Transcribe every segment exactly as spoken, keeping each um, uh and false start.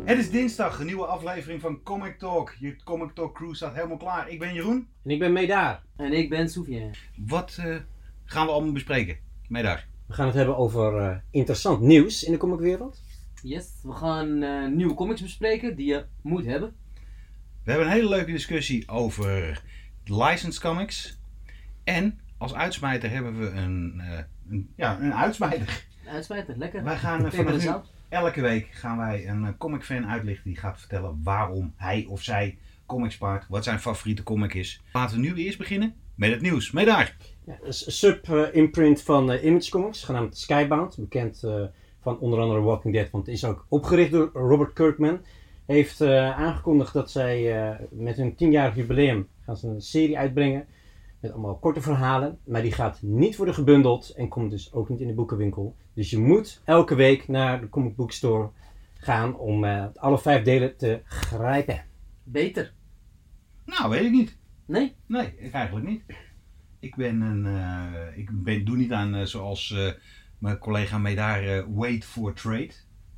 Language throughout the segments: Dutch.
Het is dinsdag, een nieuwe aflevering van Comic Talk. Je Comic Talk crew staat helemaal klaar. Ik ben Jeroen. En ik ben Medaar. En ik ben Soufiane. Wat uh, gaan we allemaal bespreken? Medaar. We gaan het hebben over uh, interessant nieuws in de comicwereld. Yes, we gaan uh, nieuwe comics bespreken die je moet hebben. We hebben een hele leuke discussie over licensed comics. En als uitsmijter hebben we een, uh, een, ja, een uitsmijter. Een uitsmijter, lekker. Wij gaan uh, vanaf nu, elke week gaan wij een uh, comic fan uitlichten die gaat vertellen waarom hij of zij comics spaart, wat zijn favoriete comic is. Laten we nu eerst beginnen met het nieuws. Medaar. Ja, een sub-imprint van uh, Image Comics, genaamd Skybound. Bekend uh, van onder andere Walking Dead, want het is ook opgericht door Robert Kirkman. Heeft uh, aangekondigd dat zij uh, met hun tienjarig jubileum gaan ze een serie uitbrengen. Met allemaal korte verhalen. Maar die gaat niet worden gebundeld en komt dus ook niet in de boekenwinkel. Dus je moet elke week naar de comic book store gaan om uh, alle vijf delen te grijpen. Beter. Nou, weet ik niet. Nee? Nee, ik eigenlijk niet. Ik ben een, uh, ik ben, doe niet aan uh, zoals uh, mijn collega Medaar uh, wait for trade.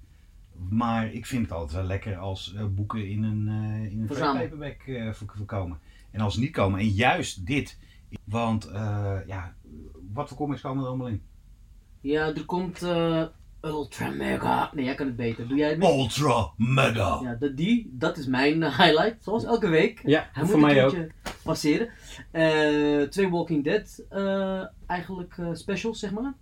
Maar ik vind het altijd wel lekker als uh, boeken in een, uh, in een paperback uh, voorkomen. En als ze niet komen, en juist dit. Want uh, ja, wat voor comics komen er allemaal in? Ja, er komt uh, Ultra Mega. Nee, jij kan het beter. Doe jij het mee? Ultra Mega. Ja, dat, die, dat is mijn uh, highlight. Zoals elke week. Ja, hij voor moet mij een ook. keertje passeren. Uh, twee Walking Dead uh, eigenlijk uh, specials, zeg maar.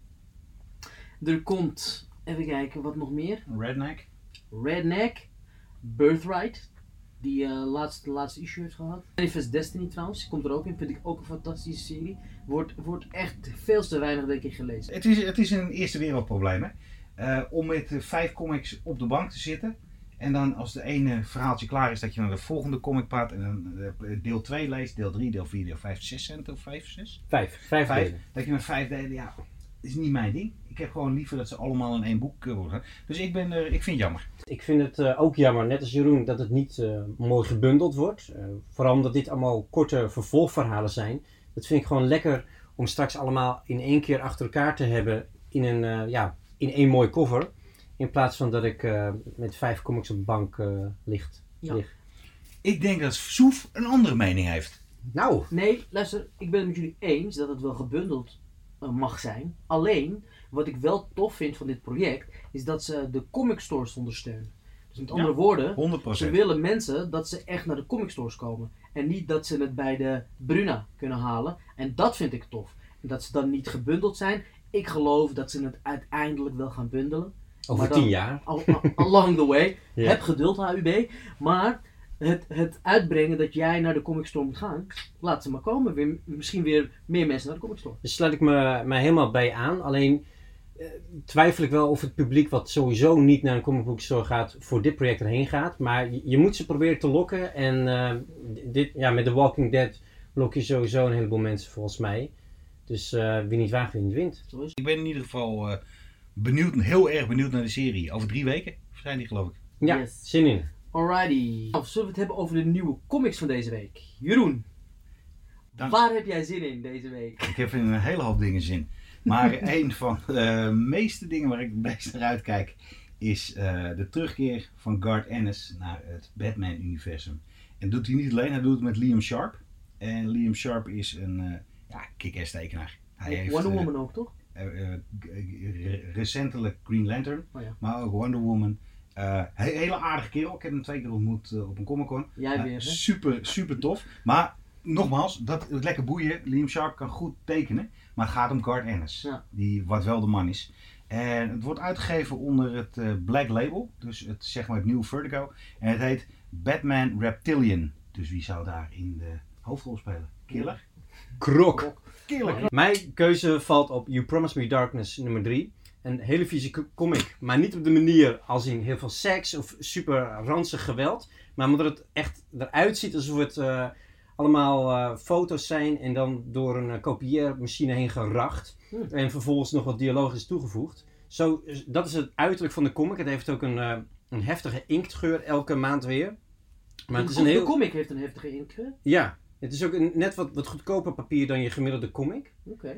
Er komt, even kijken, wat nog meer? Redneck. Redneck. Birthright. Die uh, laatste, laatste issue heeft gehad. Manifest Destiny trouwens, komt er ook in. Vind ik ook een fantastische serie. Wordt, wordt echt veel te weinig denk ik gelezen. Het is, het is een eerste wereldprobleem hè. Uh, om met uh, vijf comics op de bank te zitten. En dan als de ene verhaaltje klaar is dat je naar de volgende comic paard. En dan uh, deel twee leest, deel drie, deel vier, deel vijf, zes centen of vijf, zes? Vijf. Vijf, vijf delen. Dat je met vijf delen, ja, is niet mijn ding. Ik heb gewoon liever dat ze allemaal in één boek worden. Dus ik, ben, uh, ik vind het jammer. Ik vind het uh, ook jammer, net als Jeroen, dat het niet uh, mooi gebundeld wordt. Uh, vooral omdat dit allemaal korte vervolgverhalen zijn. Dat vind ik gewoon lekker om straks allemaal in één keer achter elkaar te hebben in, een, uh, ja, in één mooi cover. In plaats van dat ik uh, met vijf comics op de bank uh, ligt, Ja. lig. Ik denk dat Soef een andere mening heeft. Nou! Nee, luister, ik ben het met jullie eens dat het wel gebundeld uh, mag zijn. Alleen, wat ik wel tof vind van dit project, is dat ze de comic stores ondersteunen. Dus met andere Ja, woorden, honderd ze procent. willen mensen dat ze echt naar de comic stores komen. En niet dat ze het bij de Bruna kunnen halen. En dat vind ik tof. En dat ze dan niet gebundeld zijn. Ik geloof dat ze het uiteindelijk wel gaan bundelen. Over dan, tien jaar. Al, al, along the way. Ja. Heb geduld, H U B. Maar het, het uitbrengen dat jij naar de comic store moet gaan, laat ze maar komen. Weer, misschien weer meer mensen naar de comic store. Dus sluit ik me, me helemaal bij aan. Alleen uh, twijfel ik wel of het publiek wat sowieso niet naar een comic book store gaat, voor dit project erheen gaat. Maar je, je moet ze proberen te lokken. En uh, dit, ja, met The Walking Dead lok je sowieso een heleboel mensen volgens mij. Dus uh, wie niet waagt, wie niet wint. Zo is het. Ik ben in ieder geval uh, benieuwd, heel erg benieuwd naar de serie. Over drie weken zijn die geloof ik. Ja, Yes. zin in. Alrighty. Nou, zullen we het hebben over de nieuwe comics van deze week? Jeroen, Dank. waar heb jij zin in deze week? Ik heb in een hele hoop dingen zin. Maar een van de meeste dingen waar ik het meest naar uitkijk is uh, de terugkeer van Garth Ennis naar het Batman-universum. En doet hij niet alleen, hij doet het met Liam Sharp. En Liam Sharp is een uh, ja, kick-ass tekenaar. Hij heeft, Wonder uh, Woman ook, toch? uh, uh, re- recentelijk Green Lantern, Oh ja. maar ook Wonder Woman. Uh, he- hele aardige kerel. Ik heb hem twee keer ontmoet uh, op een Comic Con. Jij Uh, weer, hè? super, super tof. Maar nogmaals, dat het lekker boeien. Liam Sharp kan goed tekenen. Maar het gaat om Garth Ennis. Ja. Die wat wel de man is. En het wordt uitgegeven onder het uh, Black Label. Dus het, zeg maar het nieuwe Vertigo. En het heet Batman Reptilian. Dus wie zou daar in de hoofdrol spelen? Killer? Krok. Killer. Mijn keuze valt op You Promise Me Darkness nummer drie. Een hele vieze co- comic, maar niet op de manier als in heel veel seks of super ranzig geweld. Maar omdat het echt eruit ziet alsof het uh, allemaal uh, foto's zijn en dan door een uh, kopieermachine heen geracht. Hmm. En vervolgens nog wat dialoog is toegevoegd. Zo, dat is het uiterlijk van de comic. Het heeft ook een, uh, een heftige inktgeur elke maand weer. Maar het is een De heel... comic heeft een heftige inkgeur. Ja, het is ook een net wat, wat goedkoper papier dan je gemiddelde comic. Oké.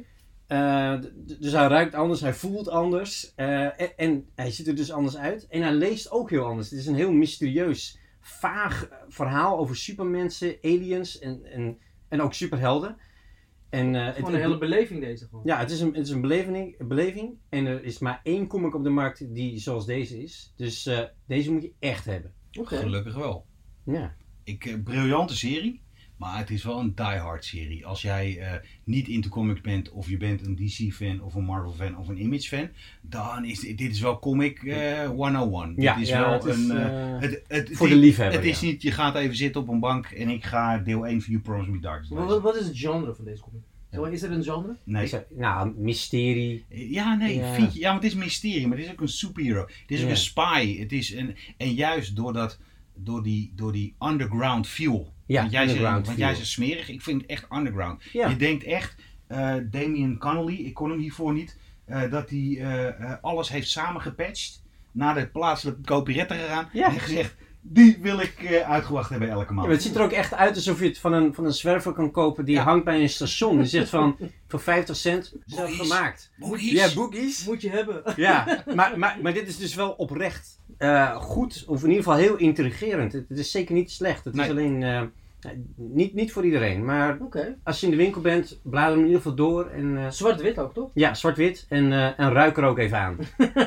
Uh, d- dus hij ruikt anders, hij voelt anders. Uh, en, en hij ziet er dus anders uit. En hij leest ook heel anders. Het is een heel mysterieus, vaag verhaal over supermensen, aliens en, en, en ook superhelden. En, uh, Gewoon het, een hele beleving deze gewoon. Ja, het is een, het is een beleving, een beleving. En er is maar één comic op de markt die zoals deze is. Dus uh, deze moet je echt hebben. Okay. Gelukkig wel. Ja. Ik, uh, briljante serie. Maar het is wel een die-hard serie. Als jij uh, niet into comics bent, of je bent een D C-fan, of een Marvel-fan, of een Image-fan, dan is dit, dit is wel comic uh, honderdéén. Ja, dit is ja, wel het is, een... Uh, uh, het, het, voor het, de liefhebber. Het is ja. niet, je gaat even zitten op een bank en ik ga deel één van You Promise Me Darkness lezen. Wat, wat is het genre van deze comic? Ja. Is er een genre? Nee. Is er, nou, mysterie. Ja, nee, Ja. vind je, ja, maar het is mysterie, maar het is ook een superhero. Het is ook Ja. een spy. Het is een, en juist door, dat, door, die, door die underground feel. Ja, want jij zei, underground want feel. jij zegt smerig, ik vind het echt underground. Ja. Je denkt echt, uh, Damien Connolly, ik kon hem hiervoor niet, uh, dat hij uh, uh, alles heeft samengepatcht, naar de plaatselijke copyretter gegaan Ja. en gezegd, die wil ik uh, uitgewacht hebben elke Ja, maand. maar het ziet er ook echt uit alsof je het van een, van een zwerver kan kopen die Ja. hangt bij een station. Die zegt van, voor vijftig cent, zelf Boogies. gemaakt. Boogies. Ja, boogies. Moet je hebben. Ja, maar, maar, maar dit is dus wel oprecht uh, goed, of in ieder geval heel intrigerend. Het, het is zeker niet slecht. Het Nee. is alleen uh, niet, niet voor iedereen. Maar Oké. Okay. als je in de winkel bent, blader hem in ieder geval door. En, uh, Zwart-wit ook, toch? ja, zwart-wit. En, uh, en ruik er ook even aan.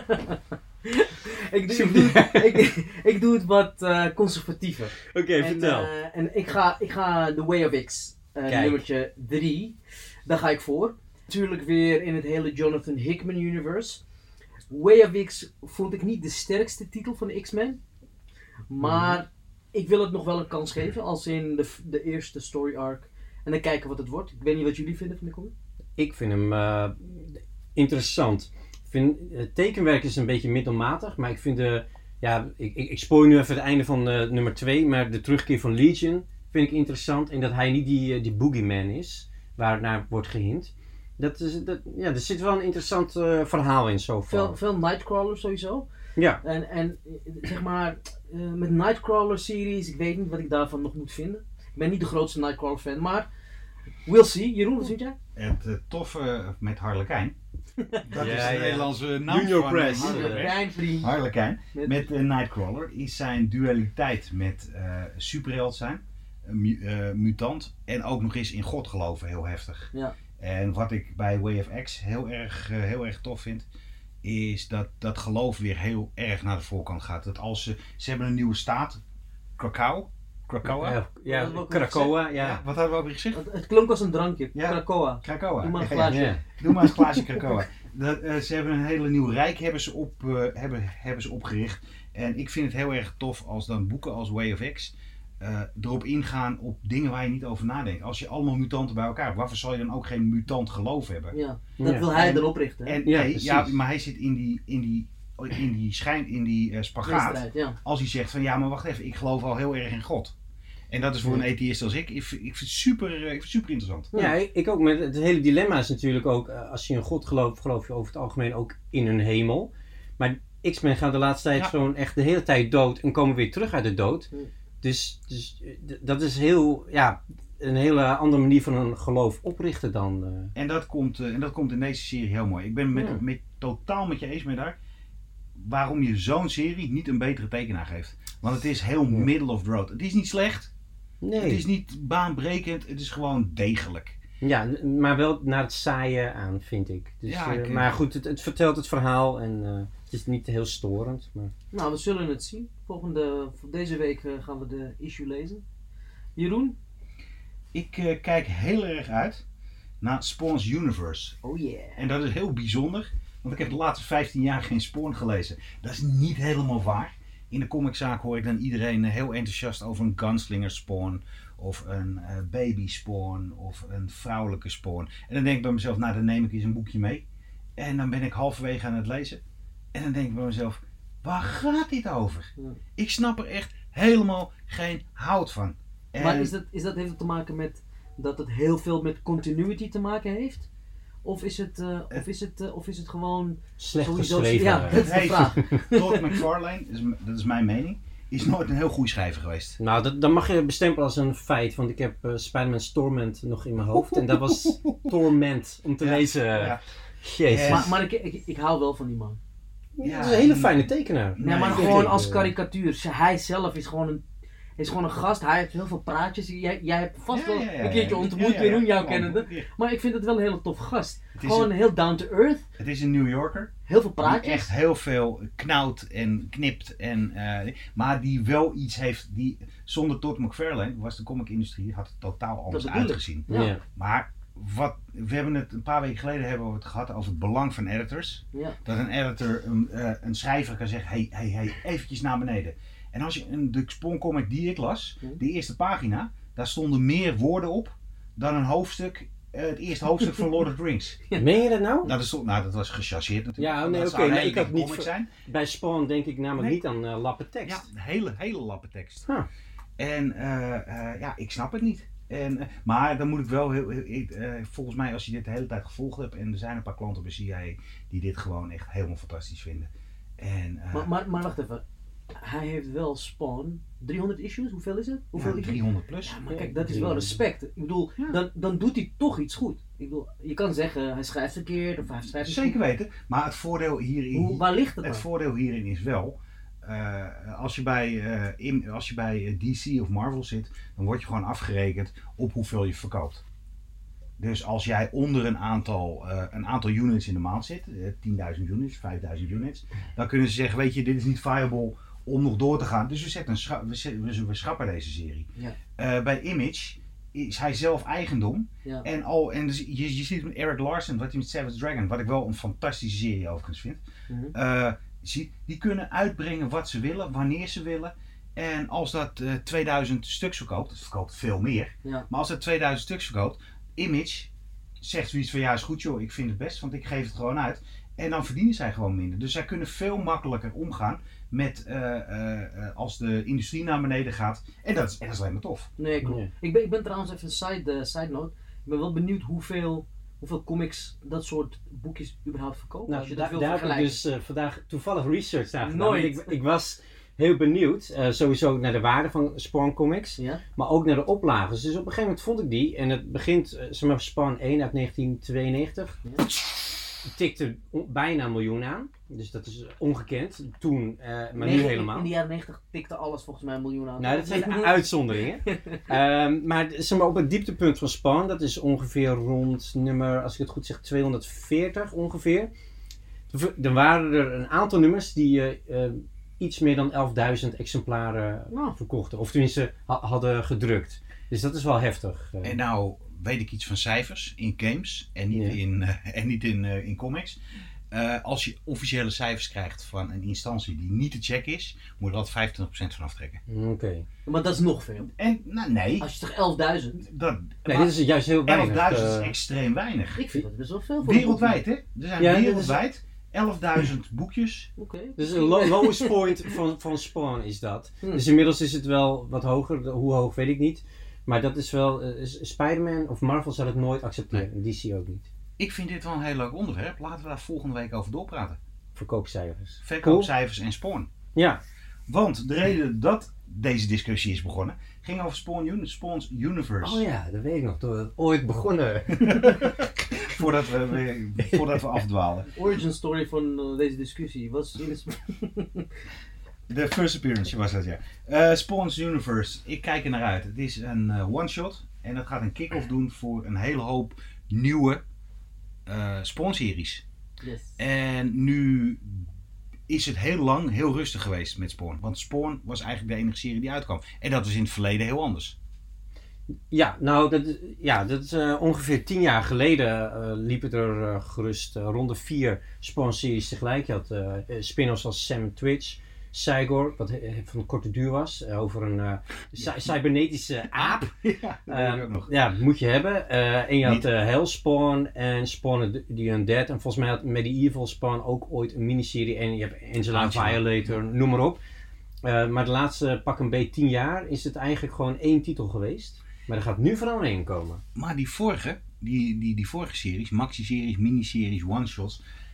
ik, doe, ik, doe, ik, ik doe het wat uh, conservatiever. Oké, okay, en, vertel. Uh, en ik ga, ik ga The Way of X, uh, nummertje drie. Daar ga ik voor. Natuurlijk weer in het hele Jonathan Hickman universe. Way of X vond ik niet de sterkste titel van de X-Men. Maar mm. ik wil het nog wel een kans geven. Als in de, de eerste story arc. En dan kijken wat het wordt. Ik weet niet wat jullie vinden van de comic. Ik vind hem uh, interessant. Ik vind, het tekenwerk is een beetje middelmatig. Maar ik vind de... Ja, ik, ik, ik spoor nu even het einde van uh, nummer twee. Maar de terugkeer van Legion vind ik interessant. En dat hij niet die, uh, die boogeyman is. Waar naar wordt gehind. Dat is, dat, ja, er zit wel een interessant uh, verhaal in zo veel, veel Nightcrawler sowieso. Ja. En, en zeg maar, uh, met Nightcrawler series, ik weet niet wat ik daarvan nog moet vinden. Ik ben niet de grootste Nightcrawler fan, maar we'll see. Jeroen, wat vind jij? Het uh, toffe met Harlekijn. Dat ja, is de ja. Nederlandse naam Junior van Press. Harlekijn, vriend. Harlekijn. Met, met uh, Nightcrawler is zijn dualiteit met uh, superheld zijn, uh, uh, mutant en ook nog eens in God geloven heel heftig. Ja. En wat ik bij Way of X heel erg, uh, heel erg tof vind, is dat dat geloof weer heel erg naar de voorkant gaat. Dat als ze, ze hebben een nieuwe staat, Krakow. Krakoa? Ja, ja, ja Krakoa, ja. ja. Wat hadden we ook gezegd? Het, het klonk als een drankje, ja. Krakoa. Krakoa. Doe maar een ja, glaasje. Ja. Doe maar een glaasje Krakoa. Dat, uh, ze hebben een hele nieuw rijk hebben ze, op, uh, hebben, hebben ze opgericht. En ik vind het heel erg tof als dan boeken als Way of X uh, erop ingaan op dingen waar je niet over nadenkt. Als je allemaal mutanten bij elkaar hebt, waarvoor zal je dan ook geen mutant geloof hebben? Ja, dat ja. wil hij en, erop richten. Hè? En, ja, nee, ja, maar hij zit in die, in die, in die, schijn, in die uh, spagaat. Ja. Als hij zegt van ja, maar wacht even, ik geloof al heel erg in God. En dat is voor een atheïst als ik, ik vind het super, ik vind het super interessant. Ja, ik ook. Maar het hele dilemma is natuurlijk ook, als je in God gelooft, geloof je over het algemeen ook in een hemel. Maar X-Men gaan de laatste tijd ja. gewoon echt de hele tijd dood en komen weer terug uit de dood. Ja. Dus, dus dat is heel, ja, een hele andere manier van een geloof oprichten dan. Uh... En, dat komt, uh, en dat komt in deze serie heel mooi. Ik ben met, ja. met, totaal met je eens met daar. Waarom je zo'n serie niet een betere tekenaar geeft. Want het is heel ja. middle of the road. Het is niet slecht. Nee. Het is niet baanbrekend, het is gewoon degelijk. Ja, maar wel naar het saaie aan, vind ik. Dus, ja, ik uh, maar goed, het, het vertelt het verhaal en uh, het is niet heel storend. Maar... Nou, we zullen het zien. Volgende, deze week uh, gaan we de issue lezen. Jeroen? Ik uh, kijk heel erg uit naar Spawn's Universe. Oh yeah. En dat is heel bijzonder, want ik heb de laatste vijftien jaar geen Spawn gelezen. Dat is niet helemaal waar. In de comiczaak hoor ik dan iedereen heel enthousiast over een gunslinger Spawn of een uh, baby Spawn of een vrouwelijke Spawn. En dan denk ik bij mezelf, nou dan neem ik eens een boekje mee. En dan ben ik halverwege aan het lezen. En dan denk ik bij mezelf, waar gaat dit over? Ja. Ik snap er echt helemaal geen hout van. En... Maar is dat, is dat heeft het te maken met dat het heel veel met continuity te maken heeft? Of is het, uh, of is het, uh, of is het gewoon slecht sowieso... geschreven? Ja, dat is de vraag. Todd McFarlane, dat is, dat is mijn mening, is nooit een heel goede schrijver geweest. Nou, dat, dat mag je bestempelen als een feit, want ik heb uh, Spider-Man's Torment nog in mijn hoofd. En dat was Torment om te ja, lezen. Ja. Jezus. Maar, maar ik, ik, ik hou wel van die man. Ja, dat is een hele fijne tekenaar. Nee, maar Nee, gewoon ik- als uh, karikatuur. Hij zelf is gewoon een, is gewoon een gast. Hij heeft heel veel praatjes. Jij, jij hebt vast wel een keertje ontmoet, Jeroen, jou kennende. Maar ik vind het wel een hele tof gast. Het is Gewoon een- heel down to earth. Het is een New Yorker. Heel veel Die praatjes. echt heel veel knauwt en knipt. En, uh, maar die wel iets heeft. Die, zonder Todd McFarlane was de comic-industrie had het totaal anders bedoel ik. uitgezien. Ja. Ja. Maar wat, we hebben het een paar weken geleden hebben we het gehad over het belang van editors. Ja. Dat een editor een, uh, een schrijver kan zeggen, hey, hey, hey, eventjes naar beneden. En als je een de Spawn comic die ik las, Hm. de eerste pagina, daar stonden meer woorden op dan een hoofdstuk, uh, het eerste hoofdstuk van Lord of the Rings. Meen je dat nou? Nou, dat, stond, nou, dat was gechasseerd natuurlijk. Ja, nee, Dat oké, zou een nee, hele ik had dikke niet comic ver- zijn. Bij Spawn denk ik namelijk Nee. niet aan uh, lappen tekst. Ja, hele, hele lappen tekst. Huh. En uh, uh, ja, ik snap het niet. En, uh, maar dan moet ik wel heel, heel uh, volgens mij als je dit de hele tijd gevolgd hebt en er zijn een paar klanten bij C I A die dit gewoon echt helemaal fantastisch vinden. En, uh, Maar, maar, maar wacht even. Hij heeft wel Spawn. driehonderd issues? Hoeveel is het? Hoeveel ja, issues? driehonderd plus. Ja, maar kijk, dat is wel respect. Ik bedoel, Ja. dan, dan doet hij toch iets goed. Ik bedoel, je kan zeggen, hij schrijft verkeerd of hij schrijft niet Zeker goed. weten, maar het voordeel hierin, Hoe, waar ligt het het dan? voordeel hierin is wel, uh, als je bij, uh, in, als je bij D C of Marvel zit, dan word je gewoon afgerekend op hoeveel je verkoopt. Dus als jij onder een aantal, uh, een aantal units in de maand zit, uh, tienduizend units, vijfduizend units, dan kunnen ze zeggen, weet je, dit is niet viable om nog door te gaan. Dus we, zetten een scha- we, zetten, we, we schrappen deze serie. Ja. Uh, bij Image is hij zelf eigendom. Ja. En, al, en dus je, je ziet met Eric Larson, wat hij met Savage Dragon, wat ik wel een fantastische serie overigens vind. Mhm. Uh, zie, die kunnen uitbrengen wat ze willen, wanneer ze willen. En als dat uh, tweeduizend stuks verkoopt, dat verkoopt veel meer. Ja. Maar als dat tweeduizend stuks verkoopt, Image zegt zoiets van ja is goed joh, ik vind het best, want ik geef het gewoon uit. En dan verdienen zij gewoon minder. Dus zij kunnen veel makkelijker omgaan met uh, uh, uh, als de industrie naar beneden gaat. En dat is, en dat is alleen maar tof. Nee, klopt. Nee. Ik, ben, ik ben trouwens even een side, uh, side note. Ik ben wel benieuwd hoeveel, hoeveel comics dat soort boekjes überhaupt verkopen. Nou, als je da- dat wil daar heb ik vergelijken. dus uh, vandaag toevallig research naar gedaan. Nooit. Want Ik, ik was heel benieuwd, uh, sowieso naar de waarde van Spawn Comics, Ja? maar ook naar de oplages. Dus op een gegeven moment vond ik die, en het begint, uh, zeg maar, Spawn één uit negentien tweeënnegentig. Ja. Tikte on- bijna een miljoen aan, dus dat is ongekend. Toen, uh, maar nu Negen- helemaal. In de jaren negentig tikte alles volgens mij een miljoen aan. Nou, dat zijn uitzonderingen. um, maar, zeg maar op het dieptepunt van Spawn, dat is ongeveer rond nummer, als ik het goed zeg, tweehonderdveertig ongeveer. Dan waren er een aantal nummers die uh, uh, iets meer dan elfduizend exemplaren Nou. verkochten. Of tenminste ha- hadden gedrukt. Dus dat is wel heftig. Uh. En nou weet ik iets van cijfers in games en niet, Ja. in, uh, en niet in, uh, in comics. Uh, als je officiële cijfers krijgt van een instantie die niet te checken is, moet je er altijd vijfentwintig procent van aftrekken. Oké. Okay. Maar dat is nog veel. En nou, nee, Als je toch elfduizend? dat, Nee, dit is juist heel weinig. elfduizend uh, is extreem weinig. Ik vind dat best wel veel voor Wereldwijd hè? Er zijn Ja, dit is- wereldwijd elfduizend boekjes. Oké. Okay. Dus een lo- lowest point van, van Spawn is dat. Hmm. Dus inmiddels is het wel wat hoger. Hoe hoog weet ik niet. Maar dat is wel... Uh, Spider-Man of Marvel zal het nooit accepteren. En D C ook niet. Ik vind dit wel een heel leuk onderwerp. Laten we daar volgende week over doorpraten. Verkoopcijfers. Verkoopcijfers en Spawn. Ja. Want de reden dat deze discussie is begonnen, ging over Spawn Uni- Spawn's Universe. Oh ja, dat weet ik nog. Toen we ooit begonnen. voordat, we, we, voordat we afdwalen. De origin story van uh, deze discussie was... De first appearance was dat, ja. Uh, Spawn's Universe, ik kijk er naar uit. Het is een uh, one-shot en dat gaat een kick-off doen voor een hele hoop nieuwe uh, Spawn-series. Yes. En nu is het heel lang heel rustig geweest met Spawn. Want Spawn was eigenlijk de enige serie die uitkwam. En dat was in het verleden heel anders. Ja, nou, dat, is- ja, dat is uh, ongeveer tien jaar geleden uh, liepen er uh, gerust uh, rond de vier Spawn-series tegelijk. Je had uh, spin-offs als Sam Twitch, Cygor, wat he- van korte duur was, uh, over een uh, cy- cybernetische aap. Ja, dat weet ik ook nog. Ja, moet je hebben. Uh, en je Niet. had uh, Hellspawn en Spawn the Undead. En volgens mij had Medieval Spawn ook ooit een miniserie. En je hebt Angela, Angela. Violator, noem maar op. Uh, maar de laatste pak een beetje tien jaar is het eigenlijk gewoon één titel geweest. Maar er gaat nu vooral één komen. Maar die vorige, die, die, die vorige series, maxi-series, miniseries, one-shots,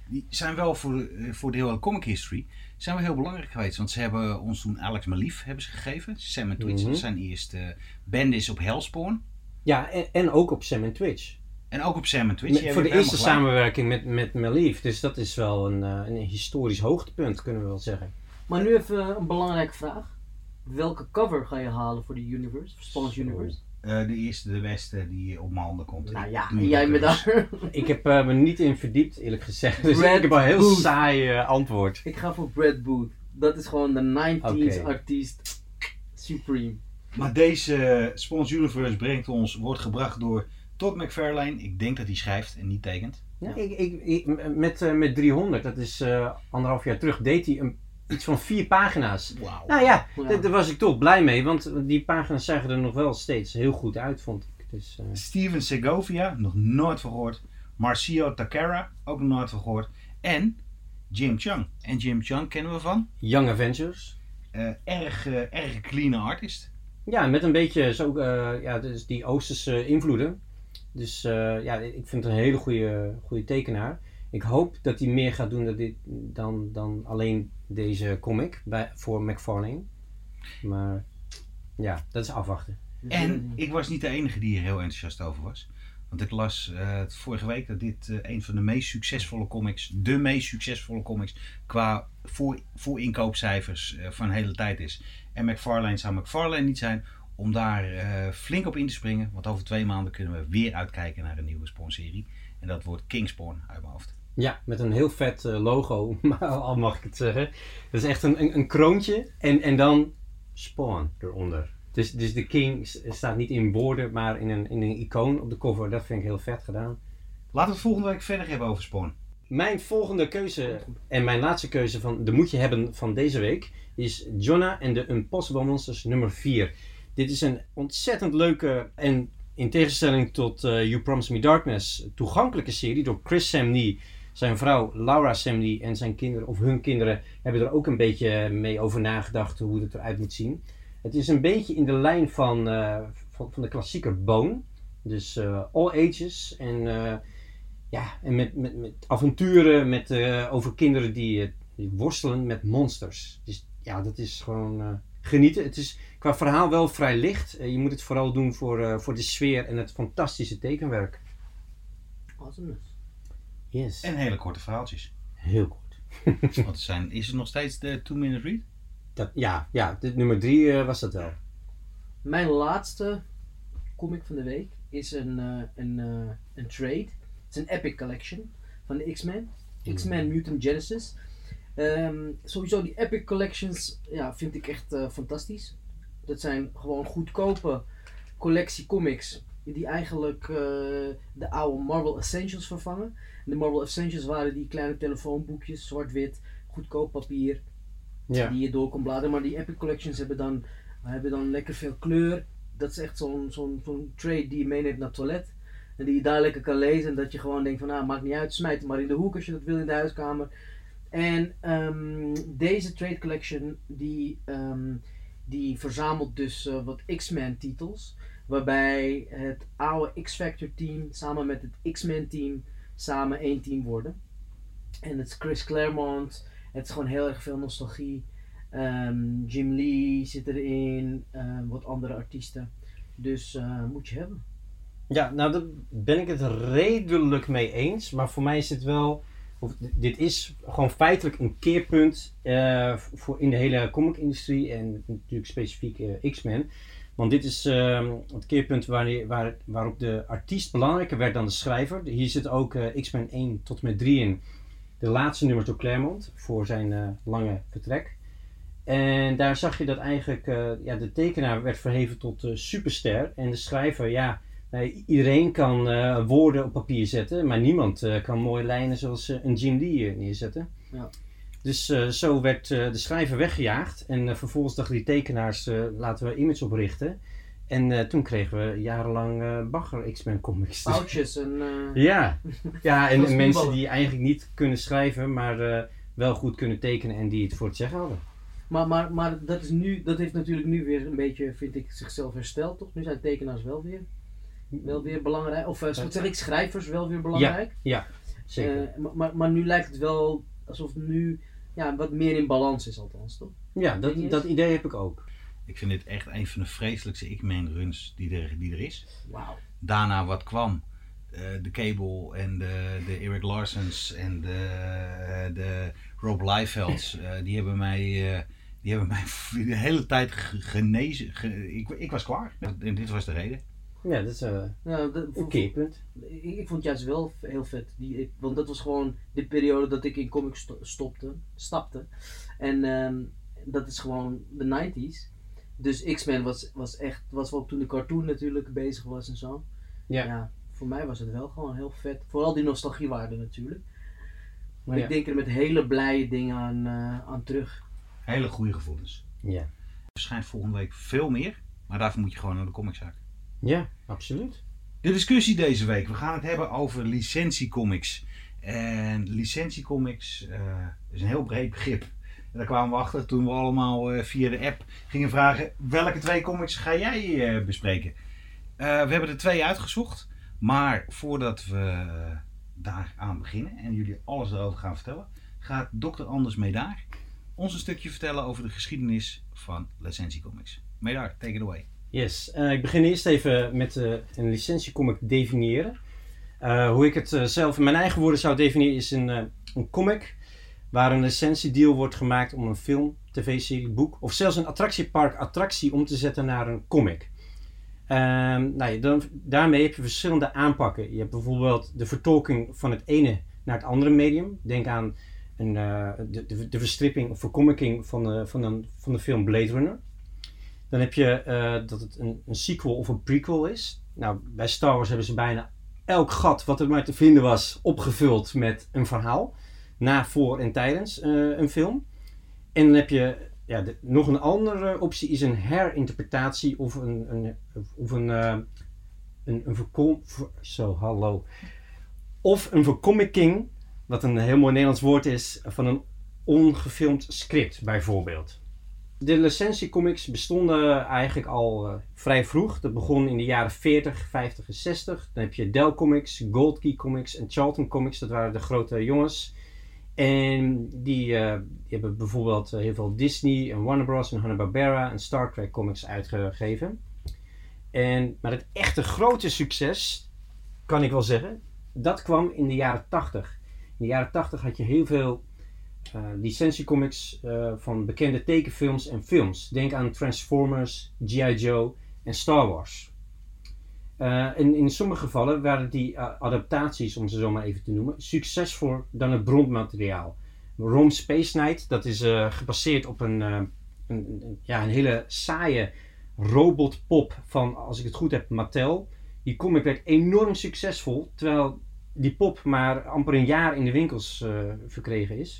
die zijn wel voor de, voor de hele comic history zijn wel heel belangrijk geweest. Want ze hebben ons toen Alex Maleev hebben ze gegeven. Sam en Twitch. Mm-hmm. Dat zijn eerst uh, Bendis op Hellspawn. Ja, en, en ook op Sam en Twitch. En ook op Sam en Twitch. Met, voor de eerste samenwerking met, met Maleev. Dus dat is wel een, uh, een historisch hoogtepunt, kunnen we wel zeggen. Maar nu even een belangrijke vraag. Welke cover ga je halen voor de Universe? Voor Spawn's Universe? Uh, de eerste, de beste die op mijn handen komt. Nou ja, en jij me daar. Ik heb uh, me niet in verdiept, eerlijk gezegd. Dus Brad ik heb een heel Booth. saai uh, antwoord. Ik ga voor Brad Booth. Dat is gewoon de negentiger okay. artiest supreme. Maar deze Spawn's Universe brengt ons, wordt gebracht door Todd McFarlane. Ik denk dat hij schrijft en niet tekent. Ja, ik, ik, ik, met, uh, met driehonderd, dat is uh, anderhalf jaar terug, deed hij een, iets van vier pagina's. Wow. Nou ja, wow. daar was ik toch blij mee, want die pagina's zagen er nog wel steeds heel goed uit, vond ik. Dus, uh... Steven Segovia, nog nooit van gehoord. Marcio Takara, ook nog nooit van gehoord. En Jim Cheung. En Jim Cheung kennen we van? Young Avengers. Uh, erg, uh, erg clean artist. Ja, met een beetje zo, uh, ja, dus die Oosterse invloeden. Dus uh, ja, ik vind het een hele goede, goede tekenaar. Ik hoop dat hij meer gaat doen dan, dit, dan, dan alleen deze comic bij, voor McFarlane. Maar ja, dat is afwachten. En ik was niet de enige die er heel enthousiast over was. Want ik las uh, vorige week dat dit uh, een van de meest succesvolle comics, de meest succesvolle comics qua voor, voor inkoopcijfers uh, van de hele tijd is. En McFarlane zou McFarlane niet zijn om daar uh, flink op in te springen. Want over twee maanden kunnen we weer uitkijken naar een nieuwe Spawn-serie. En dat wordt King Spawn uit mijn hoofd. Ja, met een heel vet uh, logo, al mag ik het zeggen. Dat is echt een, een, een kroontje en, en dan Spawn eronder. Dus, dus de King staat niet in woorden, maar in een, in een icoon op de cover. Dat vind ik heel vet gedaan. Laten we het volgende week verder hebben over Spawn. Mijn volgende keuze en mijn laatste keuze van de moet je hebben van deze week is Jonah and the Impossible Monsters nummer vier. Dit is een ontzettend leuke en in tegenstelling tot uh, You Promised Me Darkness toegankelijke serie door Chris Samnee. Zijn vrouw Laura Samnee en zijn kinderen of hun kinderen hebben er ook een beetje mee over nagedacht hoe het eruit moet zien. Het is een beetje in de lijn van, uh, van, van de klassieker Bone. Dus uh, all ages en, uh, ja, en met, met, met avonturen met, uh, over kinderen die, uh, die worstelen met monsters. Dus ja, dat is gewoon uh, genieten. Het is qua verhaal wel vrij licht. Uh, je moet het vooral doen voor, uh, voor de sfeer en het fantastische tekenwerk. Awesome. Yes. En hele korte verhaaltjes. Heel kort. Wat zijn, is het nog steeds de two minute read? Dat, ja, ja, dit nummer drie uh, was dat wel. Mijn laatste comic van de week is een, uh, een, uh, een trade. Het is een Epic Collection van de X-Men. X-Men Mutant Genesis. Um, sowieso die Epic Collections ja, vind ik echt uh, fantastisch. Dat zijn gewoon goedkope collectie comics die eigenlijk uh, de oude Marvel Essentials vervangen. De Marvel Essentials waren die kleine telefoonboekjes, zwart-wit, goedkoop papier. Ja. Die je door kon bladeren, maar die Epic Collections hebben dan, hebben dan lekker veel kleur. Dat is echt zo'n, zo'n, zo'n trade die je meeneemt naar het toilet. En die je daar lekker kan lezen en dat je gewoon denkt van nou, maakt niet uit, smijt het maar in de hoek als je dat wil in de huiskamer. En um, deze trade collection die, um, die verzamelt dus uh, wat X-Men titels. Waarbij het oude X-Factor team samen met het X-Men team samen één team worden. En het is Chris Claremont. Het is gewoon heel erg veel nostalgie. Um, Jim Lee zit erin. Um, wat andere artiesten. Dus uh, moet je hebben. Ja, nou daar ben ik het redelijk mee eens. Maar voor mij is het wel... Of, dit is gewoon feitelijk een keerpunt uh, voor in de hele comic-industrie. En natuurlijk specifiek uh, X-Men. Want dit is uh, het keerpunt waar, waar, waarop de artiest belangrijker werd dan de schrijver. Hier zit ook uh, X-Men één tot en met drie in. De laatste nummers door Claremont voor zijn uh, lange vertrek. En daar zag je dat eigenlijk uh, ja, de tekenaar werd verheven tot uh, superster. En de schrijver, ja, uh, iedereen kan uh, woorden op papier zetten. Maar niemand uh, kan mooie lijnen zoals uh, een Jim Lee uh, neerzetten. Ja. Dus uh, zo werd uh, de schrijver weggejaagd. En uh, vervolgens dachten die tekenaars, uh, laten we Image oprichten. En uh, toen kregen we jarenlang uh, bagger X-Men comics. Foutjes en... Uh... Ja, ja en, en mensen die eigenlijk niet kunnen schrijven, maar uh, wel goed kunnen tekenen en die het voor het zeggen hadden. Maar, maar, maar dat, is nu, dat heeft natuurlijk nu weer een beetje, vind ik, zichzelf hersteld, toch? Nu zijn tekenaars wel weer, wel weer belangrijk. Of uh, wat zeg ik, schrijvers wel weer belangrijk. Ja, Zeker. Uh, maar, maar, maar nu lijkt het wel alsof het nu ja, wat meer in balans is althans, toch? Ja, dat, dat idee heb ik ook. Ik vind dit echt een van de vreselijkste X-Men runs die er, die er is. Wauw. Daarna wat kwam, uh, de Cable en de, de Erik Larsens en de, uh, de Rob Liefelds, uh, die hebben mij, uh, die hebben mij de hele tijd genezen. Ge, ik, ik was klaar en dit was de reden. Ja, dat is uh, ja, dat, een keerpunt. Ik, ik vond het juist wel heel vet, die, ik, want dat was gewoon de periode dat ik in comics sto- stopte, stapte. En um, dat is gewoon de nineties. Dus X-Men was, was echt, was wel toen de cartoon natuurlijk bezig was en zo. Ja. ja voor mij was het wel gewoon heel vet. Vooral die nostalgiewaarde natuurlijk. Maar ja. ik denk er met hele blije dingen aan, uh, aan terug. Hele goede gevoelens. Ja. Verschijnt volgende week veel meer, maar daarvoor moet je gewoon naar de comiczaak. Ja, absoluut. De discussie deze week. We gaan het hebben over licentiecomics. En licentiecomics uh, is een heel breed begrip. En daar kwamen we achter toen we allemaal uh, via de app gingen vragen welke twee comics ga jij uh, bespreken. Uh, we hebben er twee uitgezocht. Maar voordat we uh, daar aan beginnen en jullie alles erover gaan vertellen, gaat dokter Anders Medaar ons een stukje vertellen over de geschiedenis van licentiecomics. Medaar, take it away. Yes, uh, ik begin eerst even met uh, een licentiecomic definiëren. Uh, hoe ik het uh, zelf in mijn eigen woorden zou definiëren is een, uh, een comic waar een licentiedeal wordt gemaakt om een film, tv-serie, boek of zelfs een attractiepark attractie om te zetten naar een comic. Uh, nou, dan, daarmee heb je verschillende aanpakken. Je hebt bijvoorbeeld de vertolking van het ene naar het andere medium. Denk aan een, uh, de, de, de verstripping of vercommicking van de, van, een, van de film Blade Runner. Dan heb je uh, dat het een, een sequel of een prequel is. Nou, bij Star Wars hebben ze bijna elk gat wat er maar te vinden was opgevuld met een verhaal. Na, voor en tijdens uh, een film. En dan heb je ja, de, nog een andere optie is een herinterpretatie of een, een, of een, uh, een, een verkom... Zo, hallo. Of een vercommicking, wat een heel mooi Nederlands woord is, van een ongefilmd script bijvoorbeeld. De licentiecomics bestonden eigenlijk al uh, vrij vroeg. Dat begon in de jaren veertig, vijftig en zestig. Dan heb je Dell Comics, Gold Key Comics en Charlton Comics. Dat waren de grote jongens. En die, uh, die hebben bijvoorbeeld uh, heel veel Disney en Warner Bros. En Hanna-Barbera en Star Trek comics uitgegeven. En, maar het echte grote succes, kan ik wel zeggen, dat kwam in de jaren tachtig. In de jaren tachtig had je heel veel Uh, licentiecomics uh, van bekende tekenfilms en films. Denk aan Transformers, G I. Joe en Star Wars. Uh, en in sommige gevallen waren die uh, adaptaties, om ze zo maar even te noemen, succesvoller dan het bronmateriaal. Rome Space Knight, dat is uh, gebaseerd op een, uh, een, een, ja, een hele saaie robotpop van, als ik het goed heb, Mattel. Die comic werd enorm succesvol, terwijl die pop maar amper een jaar in de winkels uh, verkregen is.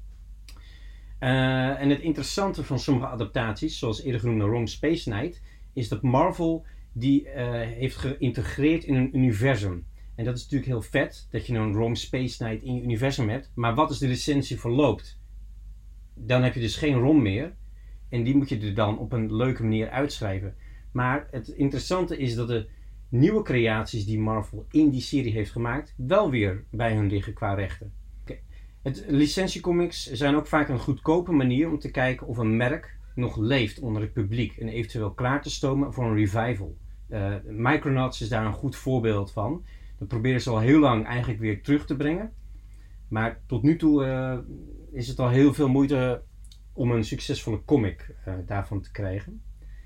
Uh, en het interessante van sommige adaptaties, zoals eerder genoemde Rome Space Knight, is dat Marvel die uh, heeft geïntegreerd in een universum. En dat is natuurlijk heel vet, dat je een Rome Space Knight in je universum hebt. Maar wat als de licentie verloopt? Dan heb je dus geen Rom meer. En die moet je er dan op een leuke manier uitschrijven. Maar het interessante is dat de nieuwe creaties die Marvel in die serie heeft gemaakt, wel weer bij hun liggen qua rechten. Het licentiecomics zijn ook vaak een goedkope manier om te kijken of een merk nog leeft onder het publiek en eventueel klaar te stomen voor een revival. Uh, Micronauts is daar een goed voorbeeld van. Dat proberen ze al heel lang eigenlijk weer terug te brengen. Maar tot nu toe uh, is het al heel veel moeite om een succesvolle comic uh, daarvan te krijgen.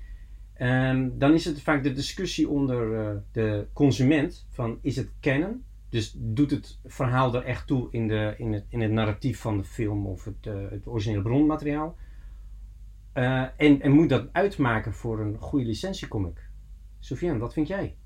Um, dan is het vaak de discussie onder uh, de consument van is het canon? Dus doet het verhaal er echt toe in, de, in, het, in het narratief van de film of het, uh, het originele bronmateriaal? Uh, en, en moet dat uitmaken voor een goede licentiecomic? Sofiane, wat vind jij?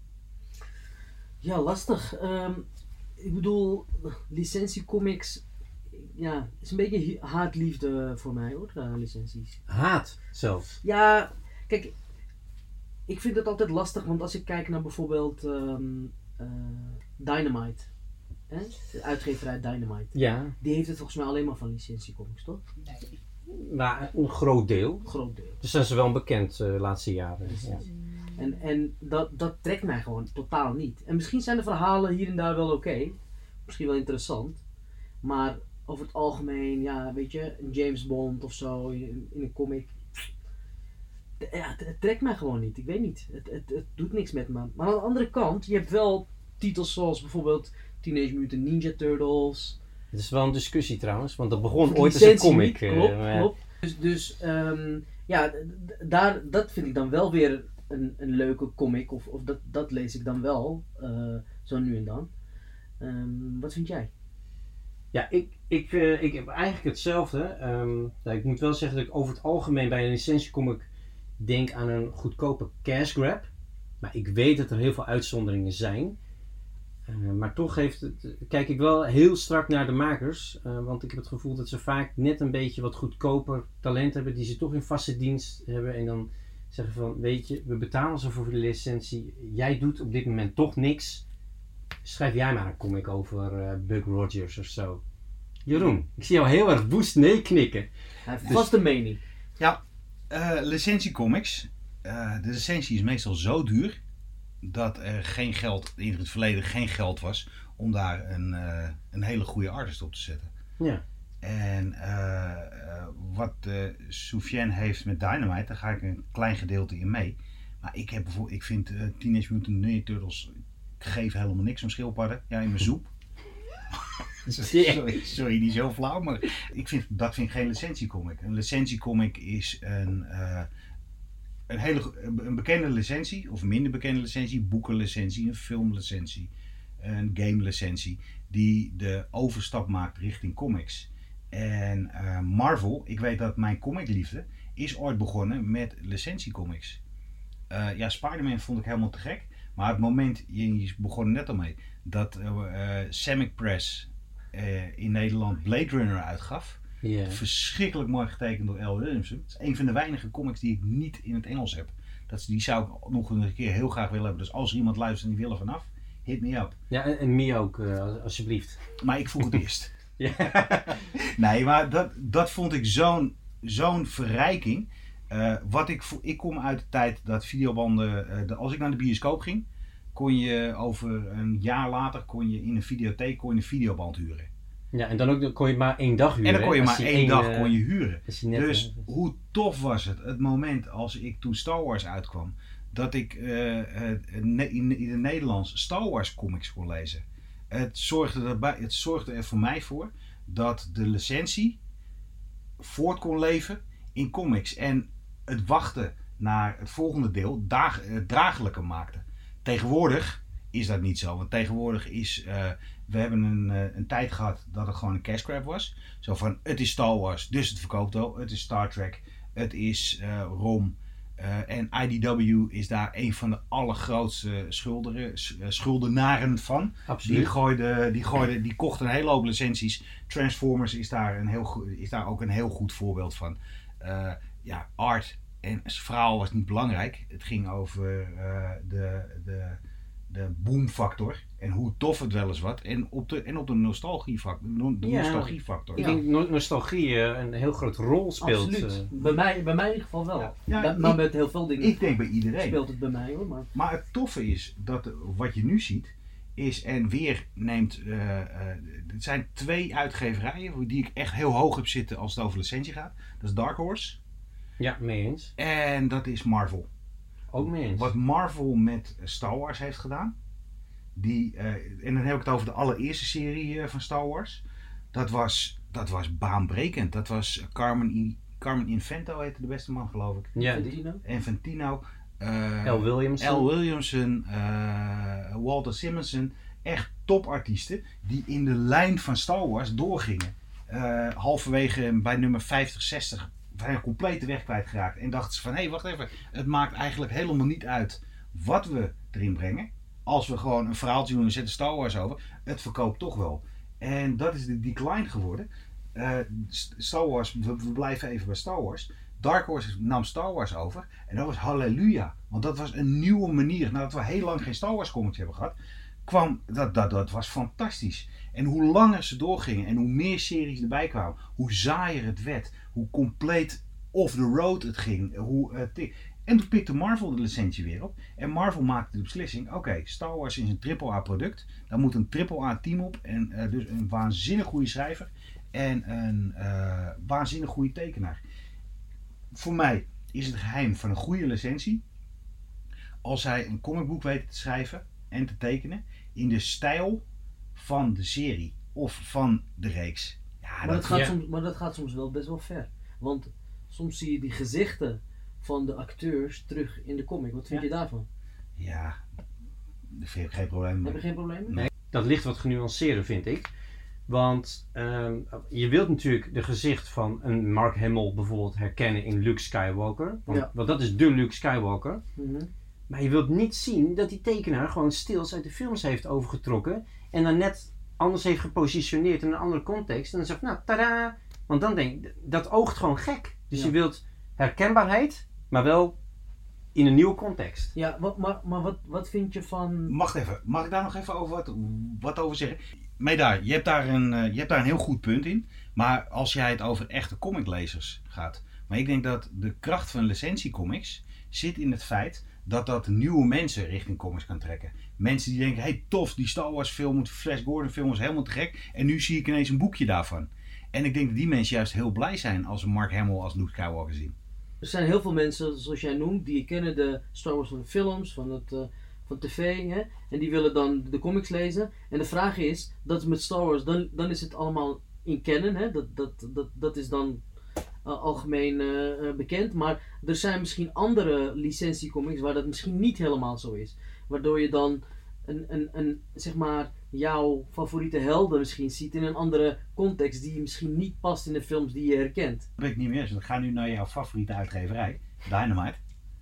Ja, lastig. Um, ik bedoel, licentiecomics, ja, is een beetje haatliefde voor mij hoor, uh, licenties. Haat zelfs? Ja, kijk, ik vind het altijd lastig, want als ik kijk naar bijvoorbeeld um, uh, Dynamite, hè? De uitgeverij Dynamite, ja. Die heeft het volgens mij alleen maar van licentiecomics, toch? Nee. Nou, een groot deel. Een groot deel. Dus zijn ze wel bekend de uh, laatste jaren. Ja. En, en dat, dat trekt mij gewoon totaal niet. En misschien zijn de verhalen hier en daar wel oké. Okay, misschien wel interessant. Maar over het algemeen, ja, weet je, een James Bond of zo in, in een comic. Ja, het, het trekt mij gewoon niet. Ik weet niet. Het, het, het doet niks met me. Maar aan de andere kant, je hebt wel titels zoals bijvoorbeeld Teenage Mutant Ninja Turtles. Het is wel een discussie trouwens, want dat begon Of ooit als een licentie comic. niet, eh, klopt, maar ja. klopt. Dus, dus um, ja, d- d- daar, dat vind ik dan wel weer een, een leuke comic. Of, of dat, dat lees ik dan wel, uh, zo nu en dan. Um, wat vind jij? Ja, ik, ik, uh, ik heb eigenlijk hetzelfde. Um, nou, ik moet wel zeggen dat ik over het algemeen bij een licentiecomic denk aan een goedkope cash grab. Maar ik weet dat er heel veel uitzonderingen zijn. Uh, maar toch heeft het, kijk ik wel heel strak naar de makers. Uh, want ik heb het gevoel dat ze vaak net een beetje wat goedkoper talent hebben. Die ze toch in vaste dienst hebben. En dan zeggen van, weet je, we betalen ze voor de licentie. Jij doet op dit moment toch niks. Schrijf jij maar een comic over uh, Buck Rogers of zo. Jeroen, ik zie jou heel erg woest nee knikken. Hij heeft vast een mening. Ja, uh, licentiecomics. Uh, de licentie is meestal zo duur dat er geen geld, in het verleden geen geld was om daar een, uh, een hele goede artist op te zetten. Ja. En uh, uh, wat uh, Soufiane heeft met Dynamite, daar ga ik een klein gedeelte in mee. Maar ik, heb bijvoorbeeld, ik vind uh, Teenage Mutant Ninja Turtles, ik geef helemaal niks om schildpadden. Ja, in mijn soep. sorry, sorry, niet zo flauw, maar ik vind, dat vind ik geen licentiecomic. Een licentiecomic is een, uh, een, hele, een bekende licentie, of een minder bekende licentie, boekenlicentie, een filmlicentie, een game-licentie, die de overstap maakt richting comics. En uh, Marvel, ik weet dat mijn comicliefde is ooit begonnen met licentiecomics. Uh, ja, Spider-Man vond ik helemaal te gek. Maar het moment, je begon er net al mee, dat uh, Semic Press uh, in Nederland Blade Runner uitgaf. Yeah. Verschrikkelijk mooi getekend door L. Williamson. Het is een van de weinige comics die ik niet in het Engels heb. Dat, die zou ik nog een keer heel graag willen hebben. Dus als er iemand luistert en die wil er vanaf, hit me up. Ja, en, en me ook, uh, alsjeblieft. Maar ik vroeg het eerst. Nee, maar dat, dat vond ik zo'n, zo'n verrijking. Uh, wat ik, ik kom uit de tijd dat videobanden, uh, de, als ik naar de bioscoop ging, kon je over een jaar later kon je in een videotheek kon je een videoband huren. Ja, en dan ook kon je maar één dag huren. En dan kon je maar één één dag uh, kon je huren. Je net, dus uh, hoe tof was het, het moment als ik toen Star Wars uitkwam, dat ik uh, uh, in, in het Nederlands Star Wars comics kon lezen. Het zorgde, erbij, het zorgde er voor mij voor dat de licentie voort kon leven in comics. En het wachten naar het volgende deel daag, uh, draaglijker maakte. Tegenwoordig is dat niet zo. Want tegenwoordig is... Uh, we hebben een, uh, een tijd gehad dat het gewoon een cash grab was. Zo van, het is Star Wars, dus het verkoopt wel. Het is Star Trek, het is uh, ROM. Uh, en I D W is daar een van de allergrootste schulderen, schuldenaren van. Absoluut. Die, gooide, die, gooide, die kochten een hele hoop licenties. Transformers is daar, een heel, is daar ook een heel goed voorbeeld van. Uh, ja, art en verhaal was niet belangrijk. Het ging over uh, de, de, de boomfactor en hoe tof het wel eens wat. En op de, en op de nostalgiefactor. De ja, nostalgiefactor. Ik denk dat nostalgie uh, een heel groot rol speelt. Absoluut. Uh. Bij, mij, bij mij in ieder geval wel. Ja. Ja, ja, maar ik, met heel veel dingen. Ik denk bij iedereen. Speelt het bij mij hoor. Maar, maar het toffe is dat wat je nu ziet is, en weer neemt, uh, uh, het zijn twee uitgeverijen die ik echt heel hoog heb zitten als het over licentie gaat. Dat is Dark Horse. Ja, mee eens. En dat is Marvel. Ook mee eens. Wat Marvel met Star Wars heeft gedaan. Die, uh, en dan heb ik het over de allereerste serie uh, van Star Wars. Dat was, dat was baanbrekend. Dat was Carmen, I, Carmen Infento heette de beste man geloof ik. Ja, Infantino. Infantino. Uh, L. Williamson. L. Williamson. Uh, Walter Simonson. Echt topartiesten die in de lijn van Star Wars doorgingen. Uh, halverwege bij nummer vijftig, zestig waren we compleet de weg kwijtgeraakt. En dachten ze van, hé, hey, wacht even. Het maakt eigenlijk helemaal niet uit wat we erin brengen. Als we gewoon een verhaaltje doen en zetten Star Wars over. Het verkoopt toch wel. En dat is de decline geworden. Uh, Star Wars, we, we blijven even bij Star Wars. Dark Horse nam Star Wars over. En dat was halleluja. Want dat was een nieuwe manier. Nadat we heel lang geen Star Wars comics hebben gehad. Kwam, dat, dat, dat was fantastisch. En hoe langer ze doorgingen. En hoe meer series erbij kwamen. Hoe saaier het werd. Hoe compleet off the road het ging. Hoe, uh, t- En toen pikte Marvel de licentie weer op. En Marvel maakte de beslissing, oké, okay, Star Wars is een triple A product. Daar moet een triple A team op. En uh, dus een waanzinnig goede schrijver. En een uh, waanzinnig goede tekenaar. Voor mij is het geheim van een goede licentie. Als hij een comicboek weet te schrijven en te tekenen. In de stijl van de serie. Of van de reeks. Ja, maar, dat, dat gaat ja. soms, maar dat gaat soms wel best wel ver. Want soms zie je die gezichten van de acteurs terug in de comic. Wat vind ja. je daarvan? Ja, daar vind ik geen probleem mee. Heb je geen probleem mee? Nee, dat ligt wat genuanceerder, vind ik. Want um, je wilt natuurlijk de gezicht van een Mark Hamill bijvoorbeeld herkennen in Luke Skywalker. Want, ja. want dat is de Luke Skywalker. Mm-hmm. Maar je wilt niet zien dat die tekenaar gewoon stils uit de films heeft overgetrokken. En dan net anders heeft gepositioneerd in een andere context. En dan zegt, nou, tada! Want dan denk ik, dat oogt gewoon gek. Dus ja. je wilt herkenbaarheid, maar wel in een nieuwe context. Ja, wat, maar, maar wat, wat vind je van... Wacht even, mag ik daar nog even over wat, wat over zeggen? Medaar, je hebt daar een, je hebt daar een heel goed punt in. Maar als jij het over echte comiclezers gaat. Maar ik denk dat de kracht van licentiecomics zit in het feit dat dat nieuwe mensen richting comics kan trekken. Mensen die denken, hey tof, die Star Wars film, die Flash Gordon film was helemaal te gek. En nu zie ik ineens een boekje daarvan. En ik denk dat die mensen juist heel blij zijn als ze Mark Hamill als Luke Skywalker zien. Er zijn heel veel mensen, zoals jij noemt, die kennen de Star Wars van de films, van het uh, van tv, hè? En die willen dan de comics lezen. En de vraag is, dat is met Star Wars, dan, dan is het allemaal in kennen, hè? Dat, dat, dat, dat is dan uh, algemeen uh, bekend. Maar er zijn misschien andere licentiecomics waar dat misschien niet helemaal zo is. Waardoor je dan een, een, een, zeg maar, jouw favoriete helden misschien ziet in een andere context die misschien niet past in de films die je herkent. Dat weet ik niet meer, dus ik ga nu naar jouw favoriete uitgeverij, Dynamite.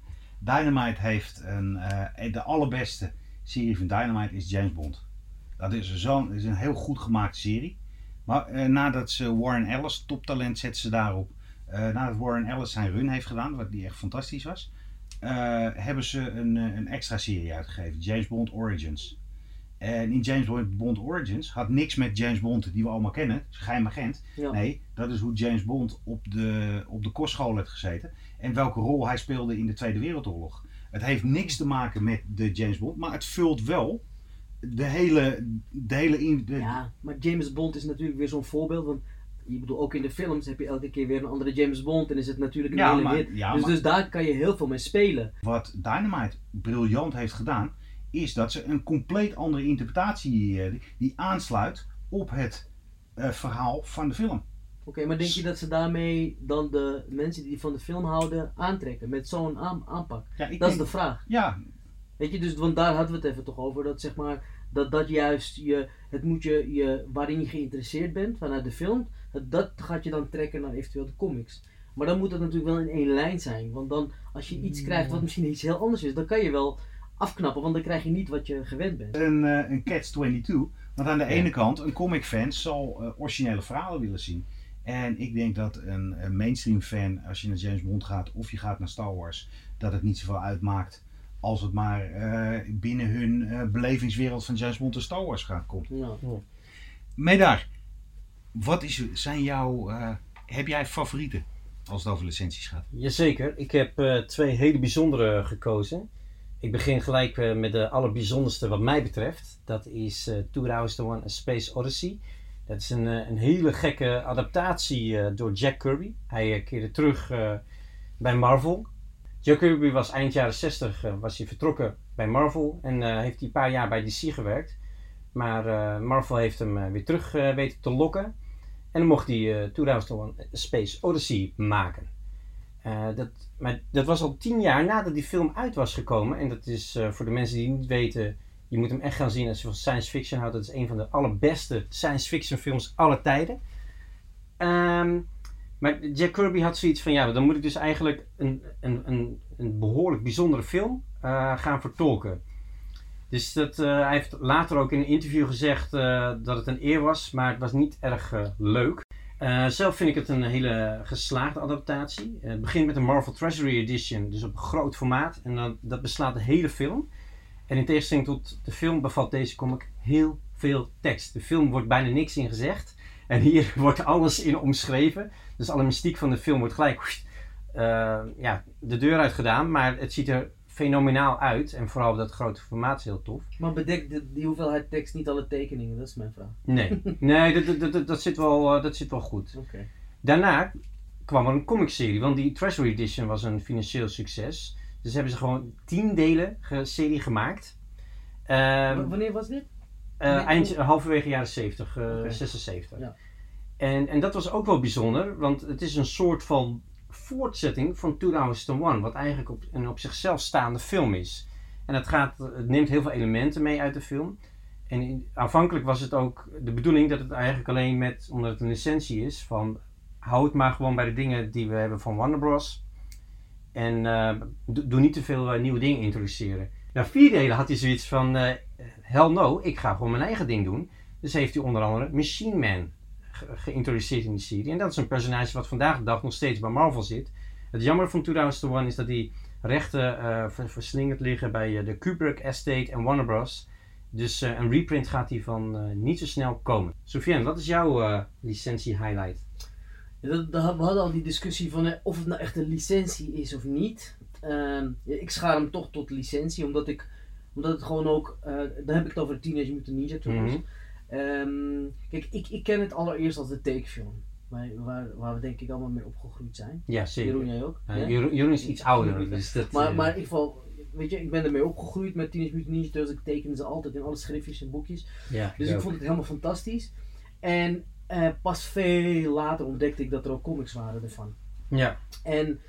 Dynamite heeft een, uh, de allerbeste serie van Dynamite is James Bond. Dat is, zo'n, is een heel goed gemaakte serie. Maar uh, nadat ze Warren Ellis, toptalent, zet ze daarop. Uh, nadat Warren Ellis zijn run heeft gedaan, wat die echt fantastisch was, uh, hebben ze een, een extra serie uitgegeven, James Bond Origins. En in James Bond Origins had niks met James Bond die we allemaal kennen, geheim agent. Ja. Nee, dat is hoe James Bond op de, op de kostschool heeft gezeten en welke rol hij speelde in de Tweede Wereldoorlog. Het heeft niks te maken met de James Bond, maar het vult wel de hele... De hele de... Ja, maar James Bond is natuurlijk weer zo'n voorbeeld, want je bedoelt, ook in de films heb je elke keer weer een andere James Bond en is het natuurlijk een ja, hele maar, hit. Ja, dus, maar, dus daar kan je heel veel mee spelen. Wat Dynamite briljant heeft gedaan, is dat ze een compleet andere interpretatie uh, die aansluit op het uh, verhaal van de film. Oké, okay, maar denk je dat ze daarmee dan de mensen die van de film houden aantrekken met zo'n aan, aanpak? Ja, dat denk, is de vraag. Ja. Weet je, dus want daar hadden we het even toch over, dat zeg maar, dat dat juist je, het moet je, je waarin je geïnteresseerd bent vanuit de film, dat, dat gaat je dan trekken naar eventueel de comics. Maar dan moet het natuurlijk wel in één lijn zijn, want dan als je iets krijgt wat misschien iets heel anders is, dan kan je wel afknappen, want dan krijg je niet wat je gewend bent. Een, uh, een catch twenty-two, want aan de ja. ene kant, een comic fan zal uh, originele verhalen willen zien. En ik denk dat een, een mainstream fan, als je naar James Bond gaat of je gaat naar Star Wars, dat het niet zoveel uitmaakt als het maar uh, binnen hun uh, belevingswereld van James Bond en Star Wars gaat komt. Ja. Ja. Medaar, wat is, zijn jouw, uh, heb jij favorieten als het over licenties gaat? Jazeker, ik heb uh, twee hele bijzondere gekozen. Ik begin gelijk uh, met de allerbijzonderste wat mij betreft. Dat is uh, two thousand one A Space Odyssey. Dat is een, uh, een hele gekke adaptatie uh, door Jack Kirby. Hij uh, keerde terug uh, bij Marvel. Jack Kirby was eind jaren zestig uh, was hij vertrokken bij Marvel en uh, heeft hij een paar jaar bij D C gewerkt. Maar uh, Marvel heeft hem uh, weer terug uh, weten te lokken. En dan mocht hij uh, two thousand one A Space Odyssey maken. Uh, dat, maar dat was al tien jaar nadat die film uit was gekomen. En dat is uh, voor de mensen die niet weten, je moet hem echt gaan zien als je van science fiction houdt. Dat is een van de allerbeste science fiction films aller tijden. Um, maar Jack Kirby had zoiets van, ja, dan moet ik dus eigenlijk een, een, een, een behoorlijk bijzondere film uh, gaan vertolken. Dus dat, uh, hij heeft later ook in een interview gezegd uh, dat het een eer was, maar het was niet erg uh, leuk. Uh, zelf vind ik het een hele geslaagde adaptatie. Uh, het begint met een Marvel Treasury Edition, dus op een groot formaat. En dan, dat beslaat de hele film. En in tegenstelling tot de film bevat deze comic heel veel tekst. De film wordt bijna niks in gezegd. En hier wordt alles in omschreven. Dus alle mystiek van de film wordt gelijk uh, ja, de deur uit gedaan. Maar het ziet er fenomenaal uit. En vooral dat grote formaat is heel tof. Maar bedekt die, die hoeveelheid tekst niet alle tekeningen? Dat is mijn vraag. Nee, nee dat, dat, dat, dat, zit wel, uh, dat zit wel goed. Okay. Daarna kwam er een comicserie. Want die Treasury Edition was een financieel succes. Dus hebben ze gewoon tien delen ge- serie gemaakt. Uh, w- wanneer was dit? Uh, eind, halverwege jaren zeventig, uh, okay. zesenzeventig. Ja. En, en dat was ook wel bijzonder, want het is een soort van voortzetting van tweeduizend één, wat eigenlijk op, een op zichzelf staande film is. En het, gaat, het neemt heel veel elementen mee uit de film. En in, aanvankelijk was het ook de bedoeling dat het eigenlijk alleen met, omdat het een licentie is, van hou het maar gewoon bij de dingen die we hebben van Warner Bros. En uh, doe, doe niet te veel uh, nieuwe dingen introduceren. Na vier delen had hij zoiets van, uh, hell no, ik ga gewoon mijn eigen ding doen. Dus heeft hij onder andere Machine Man ge- geïntroduceerd in die serie. En dat is een personage wat vandaag de dag nog steeds bij Marvel zit. Het jammer van tweeduizend één is dat die rechten uh, verslingerd liggen bij uh, de Kubrick Estate en Warner Bros. Dus uh, een reprint gaat hiervan uh, niet zo snel komen. Sofiane, wat is jouw uh, licentie highlight? Ja, dat, dat, we hadden al die discussie van uh, of het nou echt een licentie is of niet. Uh, ik schaar hem toch tot licentie, omdat ik omdat het gewoon ook, uh, dan heb ik het over de Teenage Mutant Ninja Turtles. Mm-hmm. Um, kijk, ik, ik ken het allereerst als de tekenfilm. Waar, waar, waar we denk ik allemaal mee opgegroeid zijn. Ja, zeker. Jeroen, jij ook? Uh, ja? Jeroen, Jeroen is iets ouder. Dus dat, maar, uh... maar in ieder geval, weet je, ik ben ermee opgegroeid met Teenage Mutant Ninja Turtles. Ik tekende ze altijd in alle schriftjes en boekjes. Ja, dus ik ook. vond het helemaal fantastisch. En uh, pas veel later ontdekte ik dat er ook comics waren ervan. Ja. En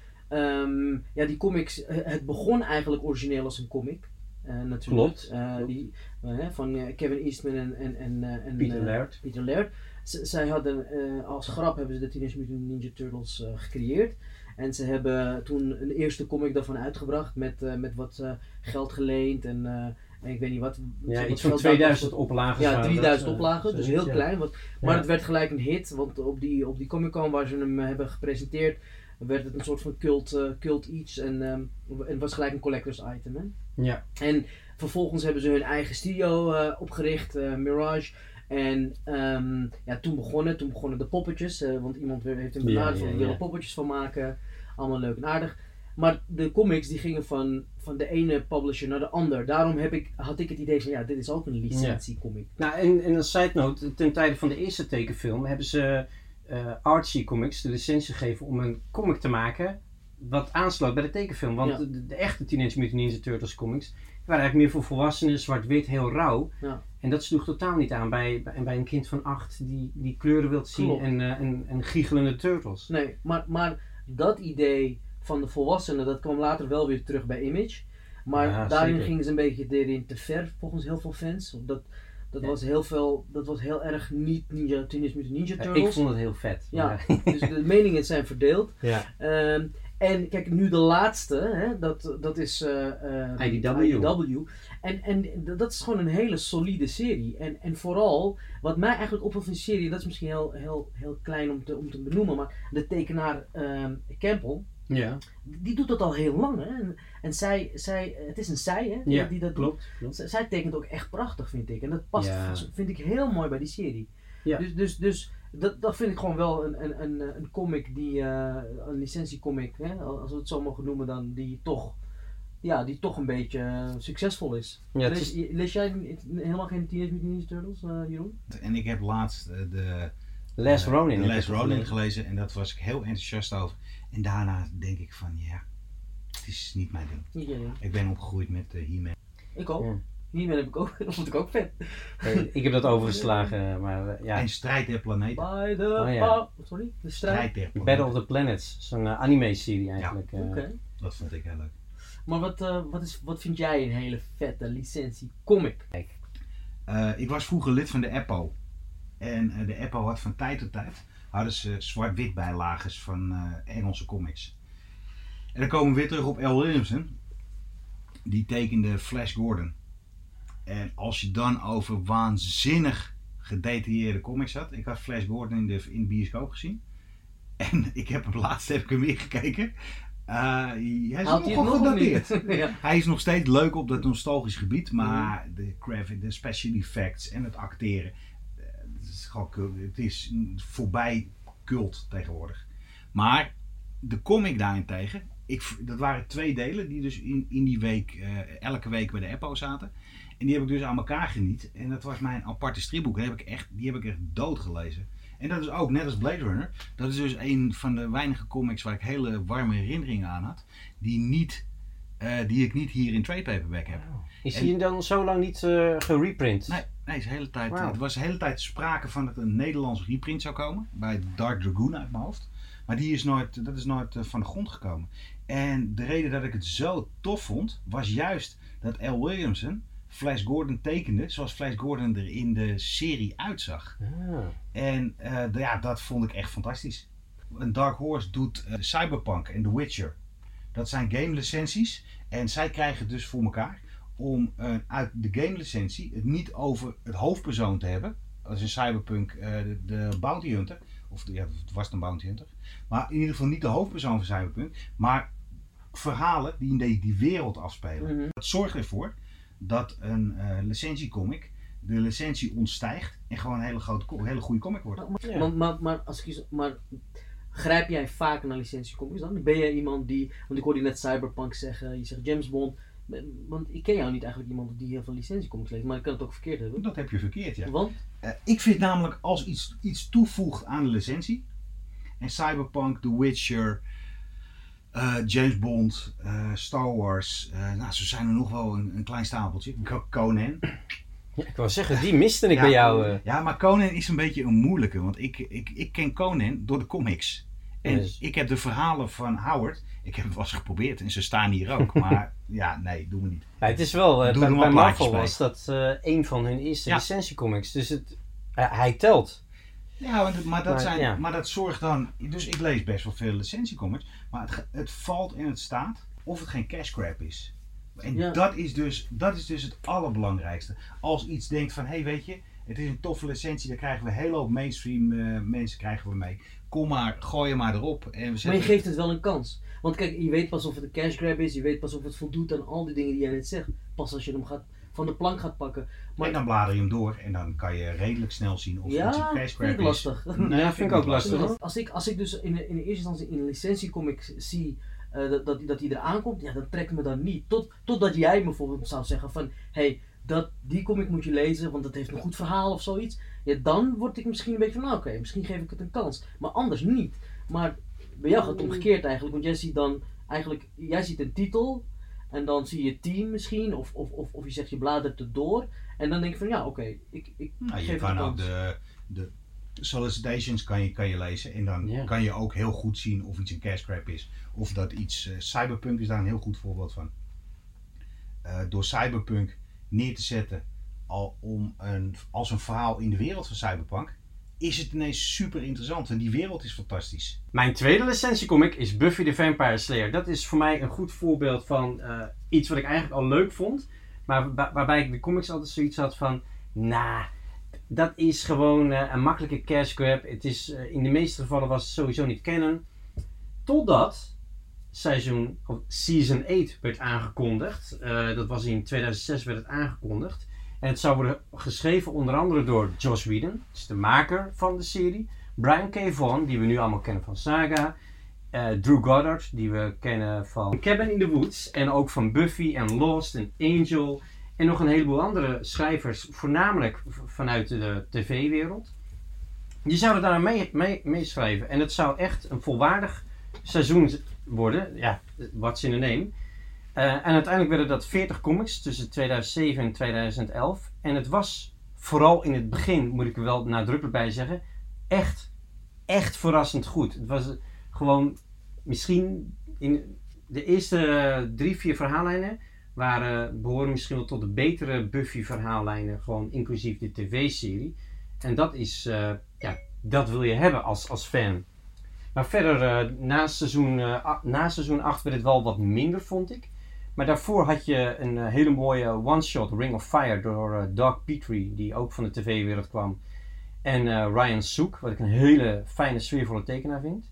um, ja, die comics, het begon eigenlijk origineel als een comic. Uh, natuurlijk. Klopt. Uh, Klopt. Die, uh, van uh, Kevin Eastman en, en, en, uh, en Peter uh, Laird. Peter Laird. Z- zij hadden uh, als grap hebben ze de Teenage Mutant Ninja Turtles uh, gecreëerd. En ze hebben toen een eerste comic daarvan uitgebracht met, uh, met wat uh, geld geleend en, uh, en ik weet niet wat. Ja, iets van tweeduizend oplagen. Ja, drieduizend oplagen, uh, dus heel ja. klein. Wat, maar ja. het werd gelijk een hit, want op die, op die Comic Con waar ze hem hebben gepresenteerd werd het een soort van cult, uh, cult iets en um, het was gelijk een collectors item. Hè? Ja. En vervolgens hebben ze hun eigen studio uh, opgericht, uh, Mirage. En um, ja, toen begonnen, toen begonnen de poppetjes, uh, want iemand heeft een benaderd van, we willen poppetjes van maken, allemaal leuk en aardig. Maar de comics die gingen van, van de ene publisher naar de ander. Daarom heb ik, had ik het idee van, ja, dit is ook een licentiecomic. Ja. Nou, en, en een side note, ten tijde van de eerste tekenfilm hebben ze uh, Archie Comics de licentie gegeven om een comic te maken wat aansloot bij de tekenfilm. Want ja. de, de echte Teenage Mutant Ninja Turtles comics waren eigenlijk meer voor volwassenen, zwart-wit, heel rauw. Ja. En dat sloeg totaal niet aan bij, bij, bij een kind van acht die, die kleuren wilt zien en, uh, en, en giechelende turtles. Nee, maar, maar dat idee van de volwassenen, dat kwam later wel weer terug bij Image. Maar ja, daarin zeker. Gingen ze een beetje erin te ver, volgens heel veel fans. Dat, dat, ja. was, heel veel, dat was heel erg niet Ninja, Teenage Mutant Ninja Turtles. Ja, ik vond het heel vet. Ja, dus de meningen zijn verdeeld. Ja. Um, en kijk, nu de laatste, hè, dat, dat is uh, uh, I D W. I D W. En, en dat is gewoon een hele solide serie. En, en vooral, wat mij eigenlijk opvalt van die serie, dat is misschien heel, heel, heel klein om te, om te benoemen, maar de tekenaar um, Campbell, ja. die doet dat al heel lang. Hè? En, en zij, zij, het is een zij, hè, die, ja, die dat klopt, doet. klopt. Z- zij tekent ook echt prachtig, vind ik. En dat past, ja. vind ik, heel mooi bij die serie. Ja. Dus, dus, dus dat, dat vind ik gewoon wel een, een, een, een comic, die, uh, een licentiecomic, hè? Als we het zo mogen noemen, dan die toch, ja, die toch een beetje uh, succesvol is. Ja, lees, is... lees jij helemaal geen Teenage Mutant Ninja Turtles, uh, Jeroen? En ik heb laatst uh, de Les uh, Ronin, de Les Ronin gelezen en daar was ik heel enthousiast over. En daarna denk ik van ja, het is niet mijn ding. Ja, ja. Ik ben opgegroeid met uh, He-Man. Ik ook. Ja. He-Man heb ik ook, dat vond ik ook vet. Hey, ik heb dat overgeslagen, maar uh, ja. En Strijd der Planeten. By the oh, ja. oh, sorry, de strijd. strijd der Planeten. Battle of the Planets, zo'n uh, anime-serie eigenlijk. Ja. Uh, okay. Dat vond ik heel leuk. Maar wat, uh, wat, is, wat vind jij een hele vette licentie comic? Uh, ik was vroeger lid van de Eppo. En uh, de Eppo had van tijd tot tijd hadden ze zwart-wit bijlages van uh, Engelse comics. En dan komen we weer terug op Al Williamson. Die tekende Flash Gordon. En als je dan over waanzinnig gedetailleerde comics had. Ik had Flash Gordon in de, in de bioscoop gezien. En ik heb hem laatst heb ik hem weer gekeken. Uh, hij is nog wel gedateerd. Ja. Hij is nog steeds leuk op dat nostalgisch gebied. Maar mm. de graphic, de special effects en het acteren. Het is, gewoon, het is voorbij cult tegenwoordig. Maar de comic daarentegen, ik, dat waren twee delen die dus in, in die week, uh, elke week bij de Eppo zaten. En die heb ik dus aan elkaar geniet. En dat was mijn aparte stripboek. Die heb ik echt, die heb ik echt doodgelezen. En dat is ook, net als Blade Runner, dat is dus een van de weinige comics waar ik hele warme herinneringen aan had. Die, niet, uh, die ik niet hier in trade paperback heb. Wow. Is en, die dan zo lang niet uh, gereprint? Nee, nee is de hele tijd, wow. Het was de hele tijd sprake van dat een Nederlands reprint zou komen. Bij Dark Dragoon uit mijn hoofd. Maar die is nooit, dat is nooit uh, van de grond gekomen. En de reden dat ik het zo tof vond, was juist dat Al Williamson Flash Gordon tekende zoals Flash Gordon er in de serie uitzag. Ah. En uh, d- ja, dat vond ik echt fantastisch. Een Dark Horse doet uh, Cyberpunk en The Witcher. Dat zijn game licenties. En zij krijgen dus voor elkaar om uh, uit de game licentie het niet over het hoofdpersoon te hebben. Als in Cyberpunk uh, de, de Bounty Hunter. Of de, ja, het was een Bounty Hunter. Maar in ieder geval niet de hoofdpersoon van Cyberpunk. Maar verhalen die in die, die wereld afspelen. Mm-hmm. Dat zorgt ervoor dat een uh, licentiecomic de licentie ontstijgt en gewoon een hele, grote, hele goede comic wordt. Maar, ja. maar, maar, maar, als ik, maar grijp jij vaak naar licentiecomics dan? Ben jij iemand die, want ik hoorde je net Cyberpunk zeggen, je zegt James Bond, want ik ken jou niet eigenlijk iemand die heel veel licentiecomics leest, maar ik kan het ook verkeerd hebben. Dat heb je verkeerd, ja. Want? Uh, ik vind namelijk als iets, iets toevoegt aan de licentie, en Cyberpunk, The Witcher, Uh, James Bond, uh, Star Wars, uh, nou zo zijn er nog wel een, een klein stapeltje. Conan. Ja, ik wou zeggen, die miste ik ja, bij jou. Uh. Ja, maar Conan is een beetje een moeilijke, want ik, ik, ik ken Conan door de comics. En yes. ik heb de verhalen van Howard, ik heb het wel eens geprobeerd en ze staan hier ook, maar ja, nee, doen we niet. Ja, het is wel, uh, bij, bij Marvel was dat uh, een van hun eerste ja. licentiecomics, dus het, uh, hij telt. Ja, maar, maar, dat maar, zijn, ja. maar dat zorgt dan, dus ik lees best wel veel licentiecomics, maar het, het valt en het staat of het geen cash grab is. En ja. dat, is dus, dat is dus het allerbelangrijkste. Als iets denkt van, hé hey, weet je, het is een toffe licentie, daar krijgen we een hele hoop mainstream uh, mensen krijgen we mee. Kom maar, gooi je maar erop. En we zetten... Maar je geeft het wel een kans. Want kijk, je weet pas of het een cash grab is, je weet pas of het voldoet aan al die dingen die jij net zegt. Pas als je hem gaat, van de plank gaat pakken. Maar... En dan blader je hem door en dan kan je redelijk snel zien of ja, het een cash grab vind ik lastig. is. Nee, dat vind ik ook lastig. lastig. Als ik, als ik dus in, in de eerste instantie in een licentiecomic zie uh, dat, dat, dat die eraan komt, ja, dat trekt me dan niet. Tot, totdat jij me bijvoorbeeld zou zeggen van, hey, dat, die comic moet je lezen, want dat heeft een goed verhaal of zoiets. Ja, dan word ik misschien een beetje van, nou oké, okay, misschien geef ik het een kans. Maar anders niet. Maar bij jou gaat het omgekeerd eigenlijk, want jij ziet dan eigenlijk, jij ziet een titel en dan zie je team misschien, of, of, of, of je zegt je bladert het door en dan denk je van, ja oké, okay, ik, ik nou, geef je het kan een ook kans. de, de solicitations kan je, kan je lezen en dan ja. kan je ook heel goed zien of iets een cash grab is. Of dat iets, uh, Cyberpunk is daar een heel goed voorbeeld van. Uh, door Cyberpunk neer te zetten al om een, als een verhaal in de wereld van Cyberpunk, is het ineens super interessant en die wereld is fantastisch. Mijn tweede licentiecomic is Buffy the Vampire Slayer. Dat is voor mij een goed voorbeeld van uh, iets wat ik eigenlijk al leuk vond, maar waar, waarbij ik de comics altijd zoiets had van, nah, dat is gewoon uh, een makkelijke cash grab. Het is, uh, in de meeste gevallen was het sowieso niet canon. Totdat seizoen, of season acht werd aangekondigd. Uh, dat was in tweeduizend zes werd het aangekondigd. En het zou worden geschreven onder andere door Joss Whedon, dat is de maker van de serie. Brian K. Vaughan, die we nu allemaal kennen van Saga. Uh, Drew Goddard, die we kennen van Cabin in the Woods. En ook van Buffy en Lost en Angel. En nog een heleboel andere schrijvers, voornamelijk v- vanuit de tv-wereld. Die zouden daar mee, mee, mee schrijven. En het zou echt een volwaardig seizoen worden. Ja, what's in a name. Uh, en uiteindelijk werden dat veertig comics tussen tweeduizend zeven en tweeduizend elf. En het was vooral in het begin, moet ik er wel nadrukkelijk bij zeggen, echt, echt verrassend goed. Het was gewoon misschien in de eerste drie, vier verhaallijnen waren, behoren misschien wel tot de betere Buffy verhaallijnen, gewoon inclusief de tv-serie. En dat is, uh, ja, dat wil je hebben als, als fan. Maar verder, uh, na, seizoen, uh, na seizoen acht werd het wel wat minder, vond ik. Maar daarvoor had je een uh, hele mooie one-shot, Ring of Fire, door uh, Doug Petrie, die ook van de tv-wereld kwam. En uh, Ryan Sook, wat ik een hele fijne, sfeervolle tekenaar vind.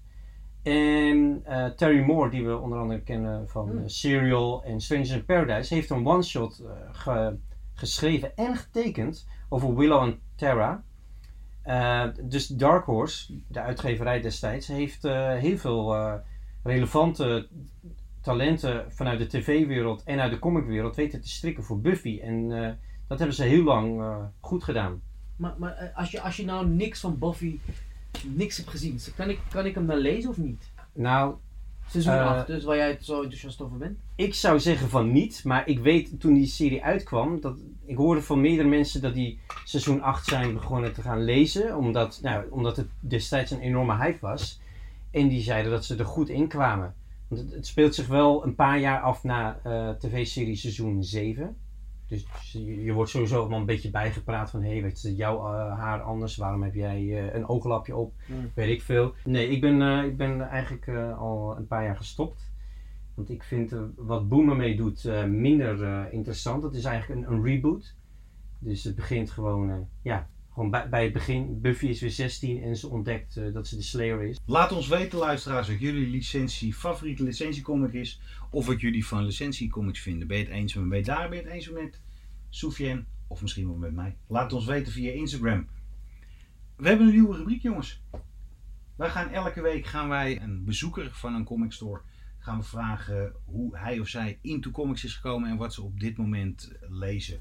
En uh, Terry Moore, die we onder andere kennen van uh, Serial en Strangers in Paradise, heeft een one-shot uh, ge- geschreven en getekend over Willow en Tara. Uh, dus Dark Horse, de uitgeverij destijds, heeft uh, heel veel uh, relevante talenten vanuit de tv-wereld en uit de comicwereld weten te strikken voor Buffy. En uh, dat hebben ze heel lang uh, goed gedaan. Maar, maar als, je, als je nou niks van Buffy, niks hebt gezien, kan ik, kan ik hem dan lezen of niet? Nou... Seizoen uh, acht, dus waar jij zo enthousiast over bent? Ik zou zeggen van niet, maar ik weet toen die serie uitkwam, dat ik hoorde van meerdere mensen dat die seizoen acht zijn begonnen te gaan lezen, omdat, nou, omdat het destijds een enorme hype was. En die zeiden dat ze er goed in kwamen. Want het, het speelt zich wel een paar jaar af na uh, tv-serie seizoen zeven. Dus je, je wordt sowieso wel een beetje bijgepraat van, hé, hey, weet je, jouw uh, haar anders, waarom heb jij uh, een ooglapje op, mm. weet ik veel. Nee, ik ben, uh, ik ben eigenlijk uh, al een paar jaar gestopt. Want ik vind uh, wat Boom ermee doet uh, minder uh, interessant. Het is eigenlijk een, een reboot. Dus het begint gewoon, uh, ja, gewoon bij, bij het begin. Buffy is weer zestien en ze ontdekt uh, dat ze de Slayer is. Laat ons weten, luisteraars, wat jullie licentie, favoriete licentiecomic is. Of wat jullie van licentiecomics vinden. Ben je het eens met mij daar? Ben je het eens met Soufiane? Of misschien wel met mij? Laat het ons weten via Instagram. We hebben een nieuwe rubriek, jongens. Wij gaan elke week gaan wij een bezoeker van een comic store gaan we vragen hoe hij of zij into comics is gekomen en wat ze op dit moment lezen.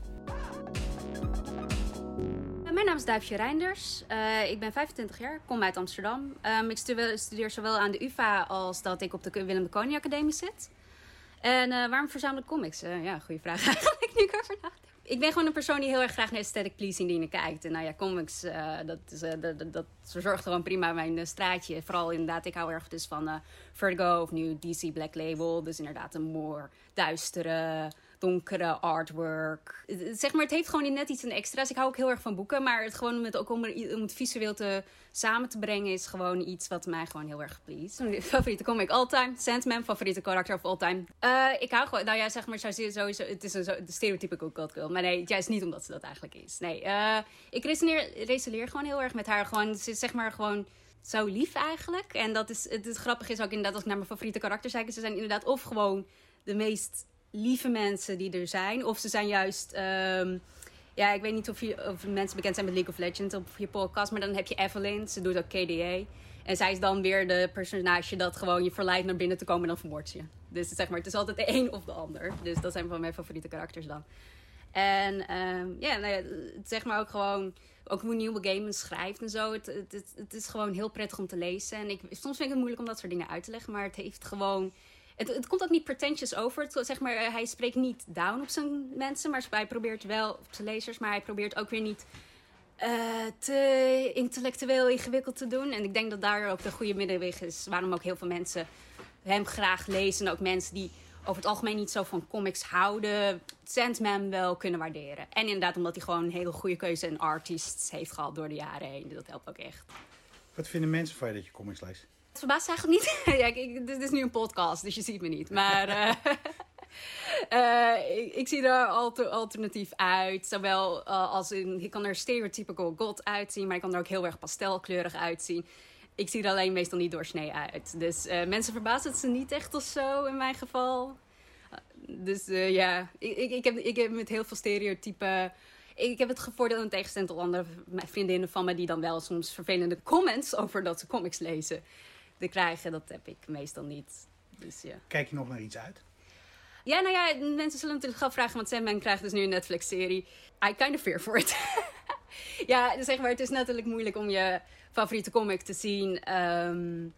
Mijn naam is Duifje Reinders. Uh, ik ben vijfentwintig jaar, kom uit Amsterdam. Um, ik studeer, studeer zowel aan de U vA als dat ik op de Willem de Koning Academie zit. En uh, waarom verzamel ik comics? Uh, ja, goede vraag eigenlijk, nu ik erover nadenk. Ik ben gewoon een persoon die heel erg graag naar aesthetic pleasing dingen kijkt. En nou ja, comics, uh, dat, is, uh, dat, dat, dat verzorgt gewoon prima mijn uh, straatje. Vooral inderdaad, ik hou erg dus van uh, Vertigo of nu D C Black Label. Dus inderdaad een more duistere, donkere artwork. Zeg maar, het heeft gewoon net iets extra's. Ik hou ook heel erg van boeken, maar het gewoon met, ook om, om het visueel te, samen te brengen is gewoon iets wat mij gewoon heel erg please. Mijn favoriete comic all time, Sandman, favoriete karakter of all time. Uh, ik hou gewoon, nou ja, zeg maar, sowieso, het is een zo, de stereotypical cult girl, maar nee, juist niet omdat ze dat eigenlijk is. Nee, uh, ik resoneer, resoneer gewoon heel erg met haar. Gewoon, ze is zeg maar gewoon zo lief eigenlijk. En dat is, het, het grappige is ook inderdaad, als ik naar mijn favoriete karakters kijk, ze zijn inderdaad of gewoon de meest lieve mensen die er zijn. Of ze zijn juist... Um, ja, ik weet niet of, je, of mensen bekend zijn met League of Legends op je podcast. Maar dan heb je Evelyn. Ze doet ook K D A. En zij is dan weer de personage dat gewoon je verleidt naar binnen te komen en dan vermoordt je. Dus zeg maar, het is altijd de een of de ander. Dus dat zijn van mijn favoriete karakters dan. En um, ja, nou ja, zeg maar ook gewoon... Ook hoe nieuwe games schrijft en zo. Het, het, het, het is gewoon heel prettig om te lezen. En ik, soms vind ik het moeilijk om dat soort dingen uit te leggen. Maar het heeft gewoon... Het, het komt ook niet pretentious over. Het, zeg maar, hij spreekt niet down op zijn mensen, maar hij probeert wel op zijn lezers, maar hij probeert ook weer niet uh, te intellectueel ingewikkeld te doen. En ik denk dat daar ook de goede middenweg is, waarom ook heel veel mensen hem graag lezen. En ook mensen die over het algemeen niet zo van comics houden, Sandman wel kunnen waarderen. En inderdaad omdat hij gewoon een hele goede keuze en artists heeft gehad door de jaren heen. Dat helpt ook echt. Wat vinden mensen van je dat je comics leest? Het verbaast eigenlijk niet. Ja, ik, dit is nu een podcast, dus je ziet me niet. Maar uh, uh, ik, ik zie er alter, alternatief uit. Zowel uh, als in... Ik kan er stereotypical god uitzien, maar ik kan er ook heel erg pastelkleurig uitzien. Ik zie er alleen meestal niet doorsnee uit. Dus uh, mensen verbazen het ze niet echt of zo, in mijn geval. Uh, dus uh, ja, ik, ik, ik, heb, ik heb met heel veel stereotypen... Ik heb het voordeel in tegenstelling tot andere vriendinnen van me... die dan wel soms vervelende comments over dat ze comics lezen... te krijgen. Dat heb ik meestal niet. Dus, ja. Kijk je nog naar iets uit? Ja, nou ja, mensen zullen natuurlijk gaan vragen... want Sandman krijgt dus nu een Netflix-serie. I kind of fear for it. Ja, zeg maar, het is natuurlijk moeilijk om je favoriete comic te zien... Um,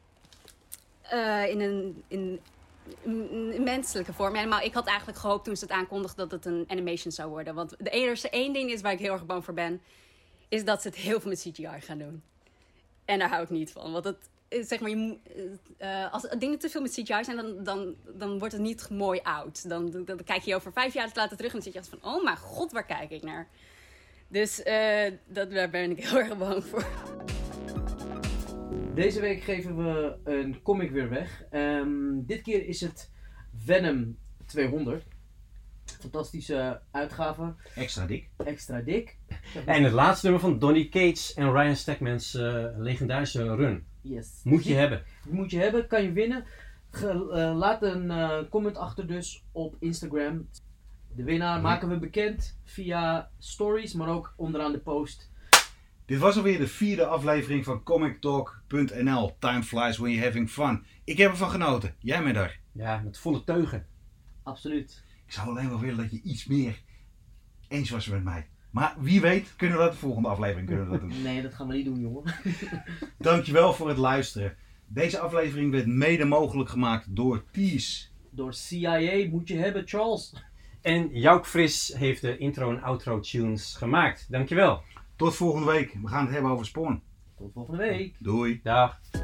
uh, in een... In, in menselijke vorm. Ja, maar ik had eigenlijk gehoopt toen ze het aankondigden dat het een animation zou worden. Want de enige één ding is waar ik heel erg bang voor ben... is dat ze het heel veel met C G I gaan doen. En daar hou ik niet van. Want het, zeg maar, je, uh, als dingen te veel met C G I zijn, dan, dan, dan wordt het niet mooi oud. Dan, dan, dan kijk je over vijf jaar later terug en dan zit je echt van... oh mijn god, waar kijk ik naar? Dus uh, dat, daar ben ik heel erg bang voor. Deze week geven we een comic weer weg. Um, dit keer is het Venom tweehonderd. Fantastische uitgave. Extra dik. Extra dik. En het laatste nummer van Donny Cates en Ryan Stegman's uh, legendarische run. Yes. Moet je hebben. Moet je hebben, kan je winnen. Ge, uh, laat een uh, comment achter dus op Instagram. De winnaar maken we bekend via stories, maar ook onderaan de post. Dit was alweer de vierde aflevering van comic talk punt n l. Time flies when you're having fun. Ik heb ervan genoten. Jij bent er. Ja, met volle teugen. Absoluut. Ik zou alleen wel willen dat je iets meer eens was met mij. Maar wie weet kunnen we dat de volgende aflevering kunnen we dat doen. Nee, dat gaan we niet doen, jongen. Dankjewel voor het luisteren. Deze aflevering werd mede mogelijk gemaakt door Tees. Door C I A moet je hebben, Charles. En Jouk Fris heeft de intro en outro tunes gemaakt. Dankjewel. Tot volgende week. We gaan het hebben over Spawn. Tot volgende week. Doei. Dag.